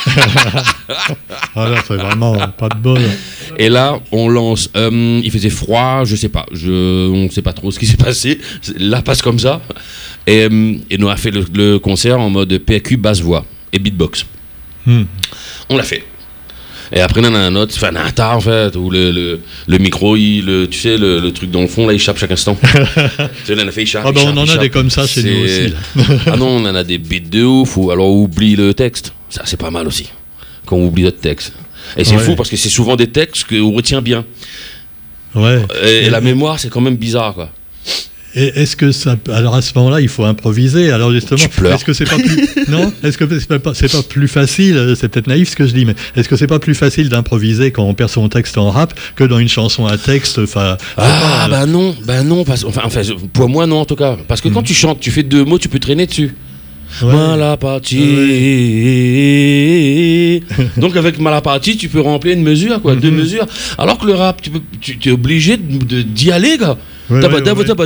Ah là, c'est vraiment pas de bol. Et là, on lance. Euh, il faisait froid, je sais pas. Je, on ne sait pas trop ce qui s'est passé. Là, passe comme ça. Et, euh, et nous, on a fait le, le concert en mode P Q, basse-voix et beatbox. Hmm. On l'a fait. Et après, on en a un autre, enfin, un tas en fait, où le, le, le micro, il, le, tu sais, le, le truc dans le fond, là, il chape chaque instant. Tu sais, on en a fait, il chape. Ah, bah, il on chape, en a chape. des comme ça chez c'est... nous aussi. Là. Ah non, on en a des beats de ouf, ou alors oublie le texte. Ça, c'est pas mal aussi, quand on oublie notre texte. Et c'est ouais. fou parce que c'est souvent des textes qu'on retient bien. Ouais. Et, et la mémoire, c'est quand même bizarre, quoi. Et est-ce que ça, alors à ce moment-là, il faut improviser. Alors justement, tu pleures. Est-ce que c'est pas plus, non Est-ce que c'est pas, c'est pas plus facile? C'est peut-être naïf ce que je dis, mais est-ce que c'est pas plus facile d'improviser quand on perd son texte en rap que dans une chanson à texte? Enfin. Ah bah non, bah non, parce, enfin, enfin, pour moi non en tout cas, parce que mmh. quand tu chantes, tu fais deux mots, tu peux traîner dessus. Ouais. Malapati. Ouais. Donc avec Malapati, tu peux remplir une mesure, quoi, mmh. deux mesures. Alors que le rap, tu, peux, tu es obligé de, de, d'y aller, gars. Ouais, ouais, ouais.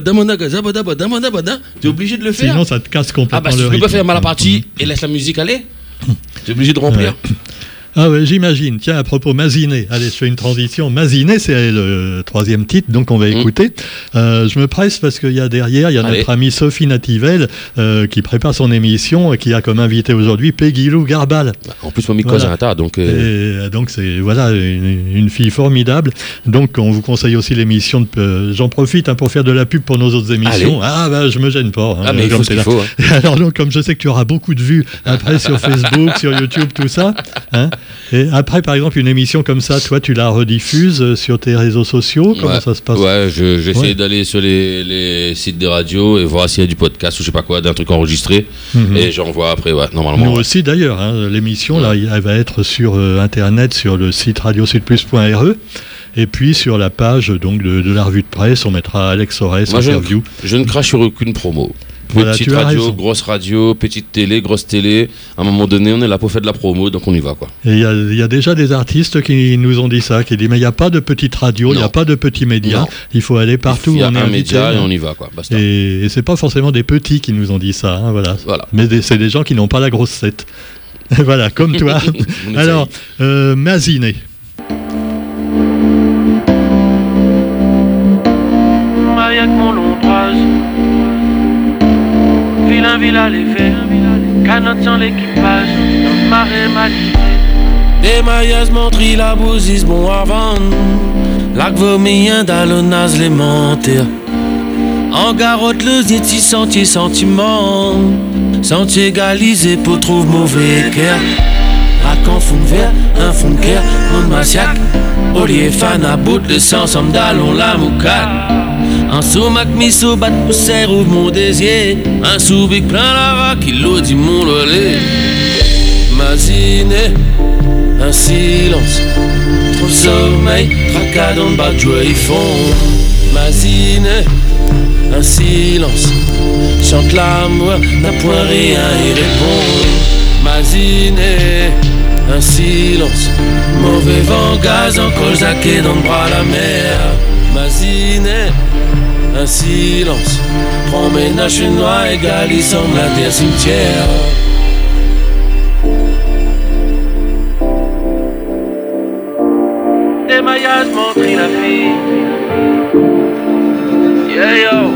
Tu es obligé de le faire. Sinon, ça te casse complètement. Ah bah, le si tu rythme. peux pas faire Malapati et laisse la musique aller, tu es obligé de remplir. Ouais. Ah ouais, j'imagine. Tiens, à propos, Maziné. Allez, je fais une transition. Maziné, c'est le troisième titre, donc on va écouter. Mmh. Euh, je me presse parce qu'il y a derrière, il y a Allez. notre amie Sophie Nativelle euh, qui prépare son émission et qui a comme invité aujourd'hui Peggy Lou Garbal. En plus, moi, Miko voilà. Zanata, donc. Euh... Et, donc, c'est voilà, une, une fille formidable. Donc, on vous conseille aussi l'émission. De, euh, j'en profite hein, pour faire de la pub pour nos autres émissions. Allez. Ah, bah, je me gêne pas. Hein, ah, mais il faut ce qu'il faut. Hein. Alors, donc, comme je sais que tu auras beaucoup de vues après sur Facebook, sur YouTube, tout ça. Hein, et après, par exemple, une émission comme ça, toi, tu la rediffuses sur tes réseaux sociaux? Comment ouais. ça se passe? Ouais, je, j'essaie ouais. d'aller sur les, les sites des radios et voir s'il y a du podcast ou je sais pas quoi, d'un truc enregistré. Mm-hmm. Et j'envoie après, ouais, normalement. Nous ouais. aussi, d'ailleurs, hein, l'émission, ouais. là, elle va être sur euh, Internet, sur le site radio sud plus point r e. Et puis sur la page donc, de, de la revue de presse, on mettra Alex Sorès, Moi, interview. Je ne, je ne crache sur aucune promo. Voilà, petite radio, grosse radio, petite télé, grosse télé. À un moment donné, on est là pour faire de la promo, donc on y va, quoi. Et il y, y a déjà des artistes qui nous ont dit ça, qui disent mais il n'y a pas de petite radio, il n'y a pas de petits médias. Non. Il faut aller partout. Il y a on un est média et on y va, quoi. Basta. Et, et c'est pas forcément des petits qui nous ont dit ça, hein, voilà. voilà. Mais des, c'est des gens qui n'ont pas la grosse tête. Voilà, comme toi. Alors, euh, Maziné. Avec mon long trace. Vilain, vilain, les faits. Canotte sans l'équipage. Dans marée malignée. Des maillas montri la bousise bon avant. Lac vomien d'alonaz les mentir. En garotte le zéti sentier sentiment. Sentier égalisé pour trouver mauvais cœur. Racan fond de verre, un fond de cœur. Mon massiac. Olier fan à bout de sang. Somme d'allon la moucade. Un sous-mac miso bat poussière ouvre mon désir. Un sous-bic plein la qui l'audit mon lolé. Maziné, un silence. Trop de sommeil, tracas dans le bas de joie ils font. Maziné, un silence. Chante l'amour, n'a point rien y répond. Mazine, un silence. Mauvais vent, gaz, encore jaqué dans le bras la mer. Mazine, un silence. Promenade chinois égal, il semble la terre cimetière. Des maillages montrent la fille. Yeah yo.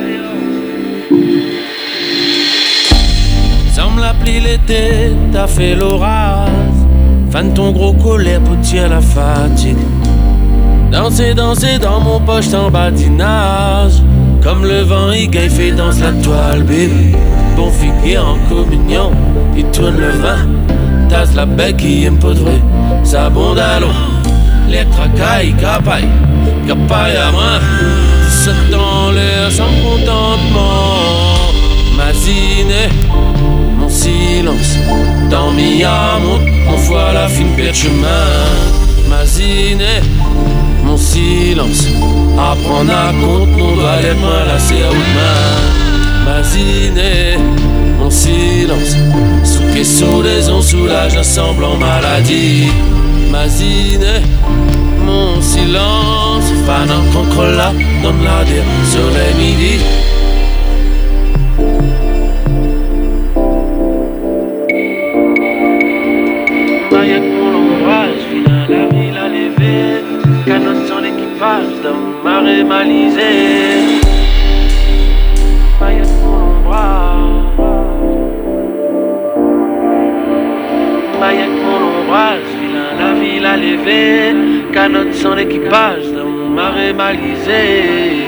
Semble appeler l'été, t'as fait l'orage. Fan ton gros colère pour tirer la fatigue. Danser, danser dans mon poche en badinage. Comme le vent, il gagne, fait danse la toile, bébé. Bon figuier en communion, il tourne le vin. Tasse la bec qui aime pas de vrai, ça bonde à l'eau. Les tracailles, capaille, capaille à moi. dix-sept dans l'air sans contentement. Mazine, mon silence. Dans mi amour, on voit la fine perche chemin. Mazine, mon silence. Apprendre à compte, mon doigt les mains lacés à haute main. Mazine, mon silence. Sous question des on soulage un semblant maladie. Mazine, mon silence. Fan en cancre là, donne la terre, soleil midi. Maillette mon ombrage, vilain la ville à lever. Canon sans l'équipage d'un marée malisé. Maillette mon ombrage. Maillette mon ombrage, vilain la ville à lever. Canon sans l'équipage d'un marée malisé.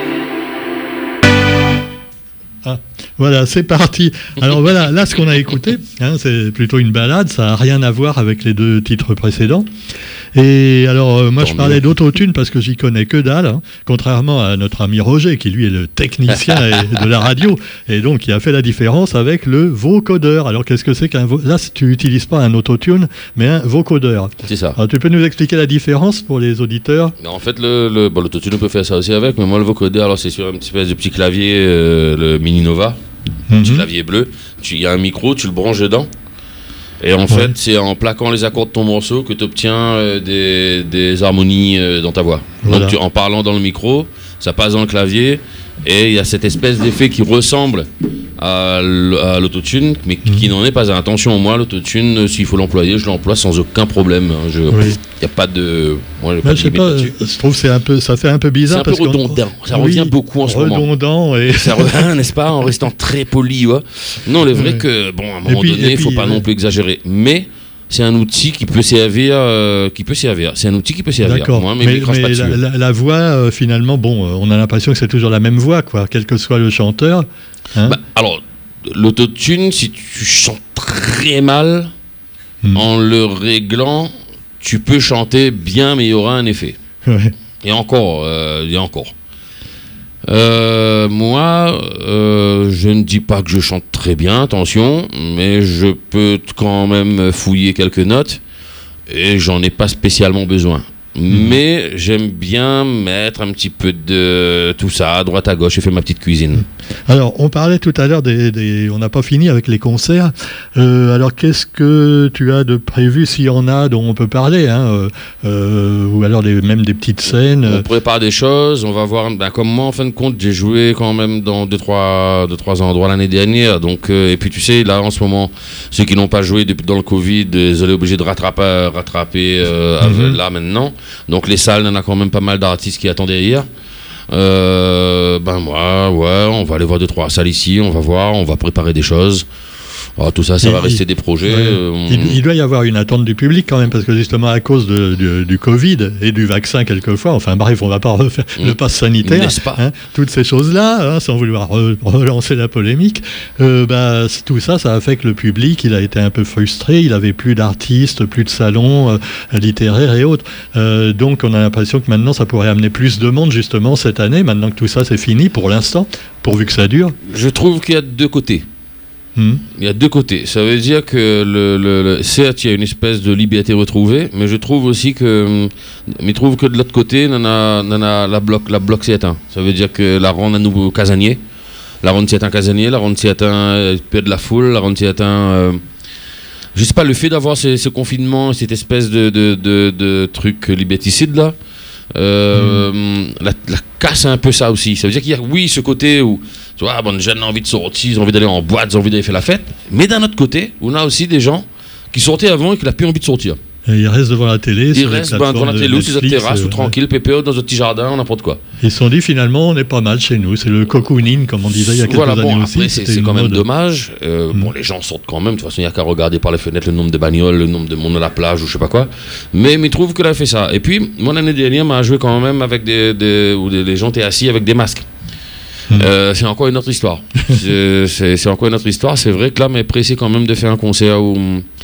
Ah, voilà, c'est parti. Alors voilà, là ce qu'on a écouté, hein, c'est plutôt une balade, ça n'a rien à voir avec les deux titres précédents. Et alors, euh, moi, je parlais d'autotune parce que j'y connais que dalle, hein, contrairement à notre ami Roger, qui lui est le technicien de la radio, et donc qui a fait la différence avec le vocodeur. Alors, qu'est-ce que c'est qu'un vo- Là, tu n'utilises pas un autotune, mais un vocodeur. C'est ça. Alors, tu peux nous expliquer la différence pour les auditeurs ? En fait, le, le, bon, l'autotune, on peut faire ça aussi avec, mais moi, le vocodeur, alors c'est sur un petit espèce de petit clavier, euh, le Mini Nova, un Mhm. petit clavier bleu. Il y a un micro, tu le branches dedans. Et en Ouais. fait, c'est en plaquant les accords de ton morceau que tu obtiens euh, des, des harmonies euh, dans ta voix. Voilà. Donc, tu, en parlant dans le micro, ça passe dans le clavier, et il y a cette espèce d'effet qui ressemble à, l- à l'autotune, mais qui, Mhm. qui n'en est pas un. Attention, moi, l'autotune, euh, s'il faut l'employer, je l'emploie sans aucun problème. hein. Je, Oui. Il n'y a pas de. Moi, j'ai Moi, pas de je sais limite pas, là-dessus. je trouve que c'est un peu, ça fait un peu C'est bizarre. un peu parce qu'on- redondant. Ça Oui, revient beaucoup en ce moment. redondant et Ça revient, n'est-ce pas, en restant très poli. Ouais. Non, il est vrai Ouais. que, bon, à un moment puis- donné, et il ne faut puis, pas ouais. non plus exagérer. Mais c'est un outil qui peut servir. euh, qui peut servir. C'est un outil qui peut servir. D'accord. Moi, mais, mais mais crache mais pas dessus. la, la- la voix, euh, finalement, bon, euh, on a l'impression que c'est toujours la même voix, quoi, quel que soit le chanteur. hein. Bah, alors, l'autotune, si tu chantes très mal, Hmm. en le réglant, tu peux chanter bien, mais il y aura un effet. Ouais. Et encore, euh, et encore. Euh, moi, euh, je ne dis pas que je chante très bien, attention, mais je peux t- quand même fouiller quelques notes et j'en ai pas spécialement besoin. Mais j'aime bien mettre un petit peu de tout ça à droite à gauche et faire ma petite cuisine. Alors, on parlait tout à l'heure des, des- on n'a pas fini avec les concerts. Euh, alors, qu'est-ce que tu as de prévu, s'il y en a dont on peut parler, hein, euh, euh, ou alors des, même des petites scènes. On euh, prépare des choses, on va voir. Ben, comme moi, en fin de compte, j'ai joué quand même dans deux trois, deux, trois endroits l'année dernière. Donc, euh, et puis, tu sais, là, en ce moment, ceux qui n'ont pas joué depuis dans le Covid, ils sont obligés de rattraper, rattraper euh, Mhm. avec- là maintenant. Donc, les salles, il y en a quand même pas mal d'artistes qui attendent derrière. Euh, ben, moi, ouais, on va aller voir deux, trois salles ici, on va voir, on va préparer des choses. Ah, tout ça, ça Et va il- rester des projets. ouais. euh, il, il doit y avoir une attente du public quand même, parce que justement à cause de- du, du Covid et du vaccin quelquefois, enfin bref, on ne va pas refaire Mm. le pass sanitaire, N'est-ce pas hein, toutes ces choses-là, hein, sans vouloir re- relancer la polémique, euh, bah, c- tout ça, ça a fait que le public, il a été un peu frustré, il n'avait plus d'artistes, plus de salons euh, littéraires et autres. Euh, donc on a l'impression que maintenant, ça pourrait amener plus de monde justement cette année, maintenant que tout ça c'est fini pour l'instant, pourvu que ça dure. Je trouve qu'il y a deux côtés. Hmm. Il y a deux côtés. Ça veut dire que, le, le- le- certes, il y a une espèce de liberté retrouvée, mais je trouve aussi que, mais je trouve que de l'autre côté, on a, on a la bloc, la bloc s'y atteint. Ça veut dire que la ronde à nouveau casanier, la ronde s'y atteint casanier, la ronde s'y atteint euh, peu de la foule, la ronde s'y atteint euh, je sais pas, le fait d'avoir ce, ce confinement, cette espèce de, de, de, de truc liberticide là, euh, mmh. la, la casse un peu ça aussi. Ça veut dire qu'il y a, oui, ce côté où, tu vois, bon, les jeunes ont envie de sortir, ils ont envie d'aller en boîte, ils ont envie d'aller faire la fête, mais d'un autre côté, on a aussi des gens qui sortaient avant et qui n'ont plus envie de sortir. Et ils restent devant la télé. Ils restent ben, devant la télé ou sur cette terrasse euh, ou tranquille, ouais. pépé dans un petit jardin, n'importe quoi. Ils se sont dit finalement on est pas mal chez nous. C'est le cocooning comme on disait il y a quelques voilà, années bon, aussi. Après, c'est, c'est quand même dommage. Euh, mm. Bon, les gens sortent quand même. De toute façon, il n'y a qu'à regarder par les fenêtres le nombre de bagnoles, le nombre de monde à la plage ou je sais pas quoi. Mais il trouve qu'elle a fait ça. Et puis, mon année dernière m'a joué quand même avec des, des où les gens étaient assis avec des masques. Mm. Euh, c'est encore une autre histoire. c'est, c'est, c'est encore une autre histoire. C'est vrai que là, mais pressé quand même de faire un concert où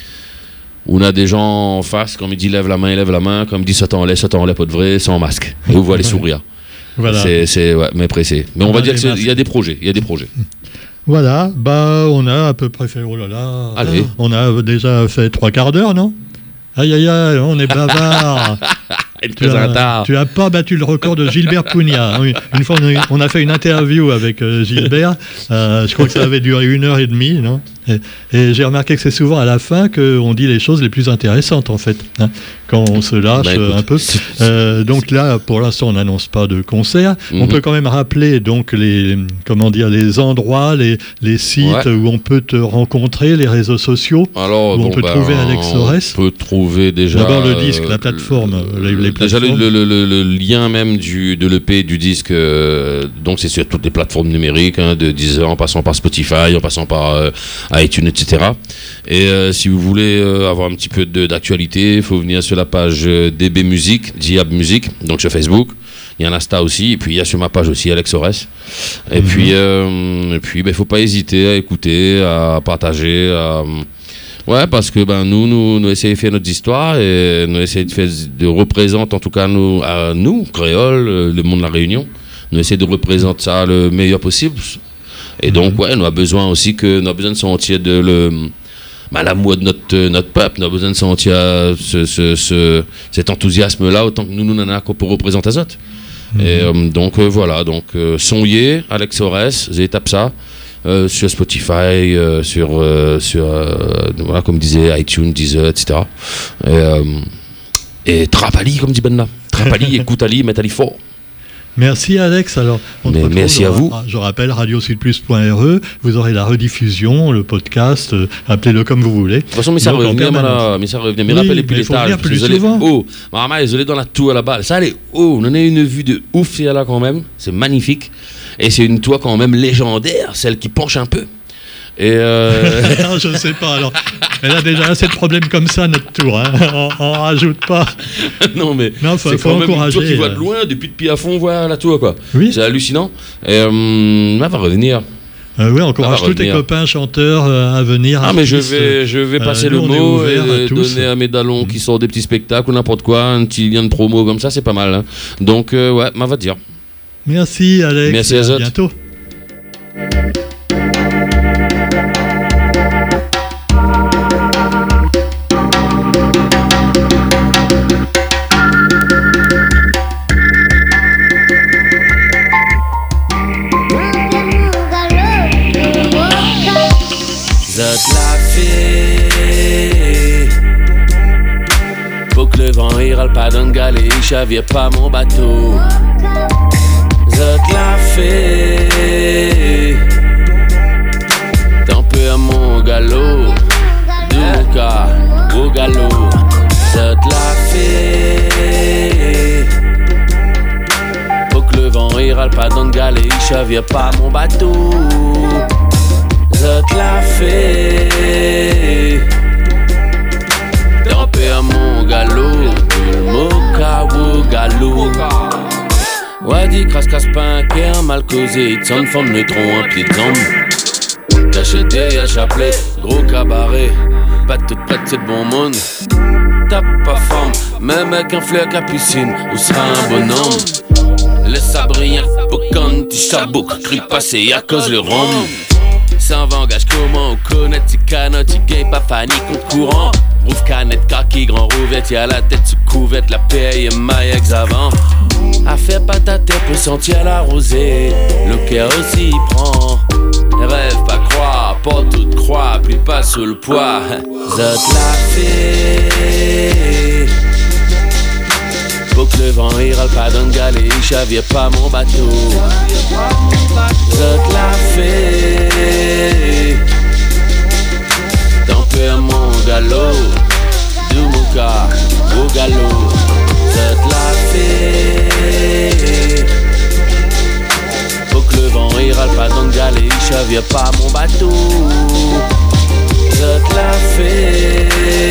on a des gens en face, comme il dit lève la main, il lève la main, comme il dit ça t'enlève, ça t'enlève pas de vrai, sans masque. Et vous voyez les sourires. Voilà. C'est, c'est ouais, mais pressé. Mais on, on va dire qu'il y a des projets, il y a des projets. Voilà, bah on a à peu près fait, oh là là, allez. On a déjà fait trois quarts d'heure, non ? Aïe aïe aïe, on est bavard. tu, as, tu as pas battu le record de Gilbert Pugnat. Une fois, on a, on a fait une interview avec euh, Gilbert. Euh, je crois que ça avait duré une heure et demie, non ? et, et j'ai remarqué que c'est souvent à la fin qu'on dit les choses les plus intéressantes, en fait, hein, quand on se lâche bah, écoute, un peu. Euh, donc là, pour l'instant, on n'annonce pas de concert. Mm-hmm. On peut quand même rappeler donc les, comment dire, les endroits, les, les sites ouais. où on peut te rencontrer, les réseaux sociaux, Alors, où bon, on peut bah, trouver Alex Aurès. On peut trouver déjà... D'abord le disque, la plateforme. Euh, les, les déjà le, le, le, le lien même du, de l'E P, du disque, euh, donc c'est sur toutes les plateformes numériques, hein, de Deezer, en passant par Spotify, en passant par euh, iTunes, et cetera. Et euh, si vous voulez euh, avoir un petit peu de, d'actualité, il faut venir sur la page euh, D B Music, Diab Music, donc sur Facebook. Il y a un Insta aussi, et puis il y a sur ma page aussi Alex Aurès. Et mm-hmm. puis, euh, et puis, ben, faut pas hésiter à écouter, à partager, à... Ouais, parce que ben nous, nous, nous essayons de faire notre histoire et nous essayons de faire, de représenter en tout cas nous, à nous, créoles, le monde de la Réunion, nous essayons de représenter ça le meilleur possible. Et donc ouais, nous avons besoin aussi que nous avons besoin de sentir de le, ben, l'amour de notre notre peuple, nous avons besoin de sentir ce, ce, ce, cet enthousiasme là autant que nous nous en avons pour représenter les autres. Mmh. Et euh, donc euh, voilà, donc euh, Sonnier, Alex Aurès, j'ai tapé ça. Euh, sur Spotify, euh, sur, euh, sur euh, voilà, comme disait iTunes, Deezer, et cetera. Et, euh, et Trapali, comme dit Benna. Trapali, écoute Ali, mets Ali fort. Merci Alex. Alors, on Mais, retrouve, merci à vous. Je rappelle radio sud plus point r e. Vous aurez la rediffusion, le podcast, euh, appelez-le comme vous voulez. De toute façon, mais ça revient, mais ça revient. Mais oui, rappelez plus les tâches. Plus allez souvent. Oh, maman, ils allaient dans la tour là-bas. Ça allait haut. On en a une vue de ouf là quand même. C'est magnifique. Et c'est une tour quand même légendaire, celle qui penche un peu. Et euh... non, je ne sais pas. Alors, elle a déjà assez de problèmes comme ça, notre tour. Hein. On, on rajoute pas. non, mais non, faut, c'est faut quand encourager. Même une tour qui voit de loin, depuis de pied à fond, on voit la tour, quoi. Oui. C'est hallucinant. Et euh, elle va revenir. Euh, oui, encourage tous tes copains chanteurs euh, à venir. Ah, mais je vais, je vais passer euh, le mot et donner un médaillon mmh. qui sort des petits spectacles ou n'importe quoi, un petit lien de promo comme ça, c'est pas mal. Hein. Donc, euh, ouais, ma va dire. Merci Alex. Merci à, à bientôt. Zot la fée. Faut que le vent il râle pas dans le galet, il chavire pas mon bateau. Zot la fée. T'en peux à mon galop. Douka, au galop. Zot la fée. Faut que le vent il râle pas dans le galet, il chavire pas mon bateau. Zot la fée. T'en peux à mon galop. Moka, au galop. Wadi, crasse, casse pas un cœur mal causé. Ils t'en forme neutron, un pied de jambe. Cacheté, y'a chapelet, gros cabaret. Pas toute prête, c'est de bon monde. T'as pas forme, même avec un fleur capucine, où sera un bonhomme. Le sabrien, Pocan, tu chabouc, cru passé à cause le rhum. Sans vengage, comment on connaît, tu canottes, tu gay, pas fanny contre courant. Rouvre canette, kaki, grand rouvette, y'a la tête sous couvette, la paye et maille exavant. Affaire patate, peut sentir la rosée, le cœur aussi prend. Rêve pas croire, pas tout croire, plus pas sous le poids. Zot la fait. Faut que le vent il râle pas dans le galet, il chavire pas mon bateau. Zot la fait. Tant peu à mon galop, du mon cas au galop. Zot la fait. Faut que le vent il râle pas dans le galet, il chavire pas mon bateau. Zot la fait.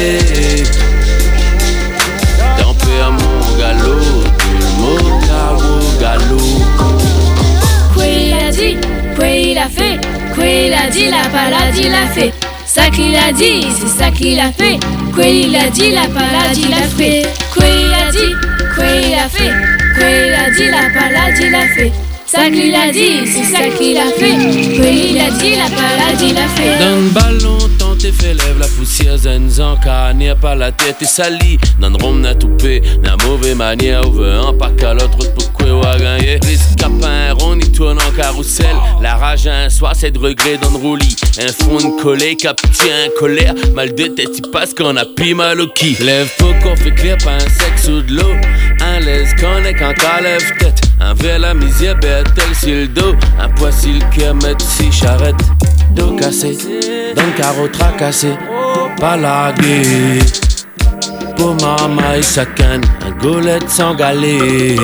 Tant peu à mon galop, du mon cas au galop. Quoi il a dit, quoi il a fait, quoi il a dit, la paladie l'a fait. Ça qu'il a dit, c'est ça qu'il a fait. Quoi il a dit, la paladie l'a fait. Quoi il a dit, quoi il a fait, quoi il a dit, la paladie l'a fait. Ça qu'il a dit, c'est ça qu'il a fait. Quoi il a dit, la paladie l'a fait. Dans le ballon, tant t'es fait lève la poussière zenzan, car n'y a pas la tête et sali. Dans le rhum n'a toupé, n'a mauvaise manière, on veut un pack à l'autre pour quoi on va gagner. Risque capin, on y tourne en carrousel. La rage un soir, c'est de regret dans le roulis. Un fond de collé, cap tient colère. Mal de tête, il passe qu'on a pis mal au qui. Lève pas qu'on fait clair, pas un sexe ou de l'eau. Un laisse qu'on est quand t'as lève tête. Un verre la misère, tel sur le dos. Un poids sur le cœur, mettre si charrette. Dos cassé, dans le carreau tracassé. Pas largué. Pour maman et sa canne, un golette sans galet.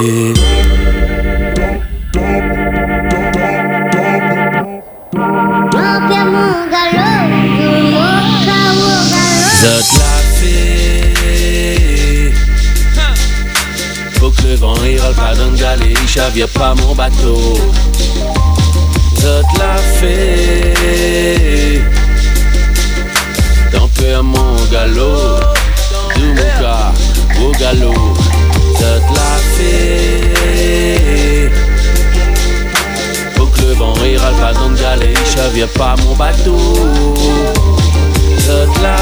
Zot la fait. Faut que le vent il râle pas dans le galet, il chavire pas mon bateau. Zot la fait. Tant peu à mon galop, du mon cas au galop. Zot la fait. Faut que le vent il râle pas dans le galet, il chavire pas mon bateau. Zot la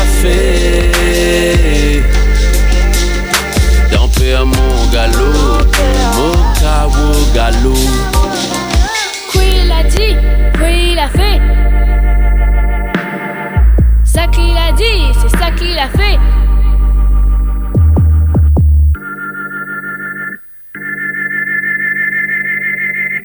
fait. Tant peu à mon galop, mon cas au galop. Quoi il a dit, quoi il a fait. Ça qu'il a dit, c'est ça qu'il a fait.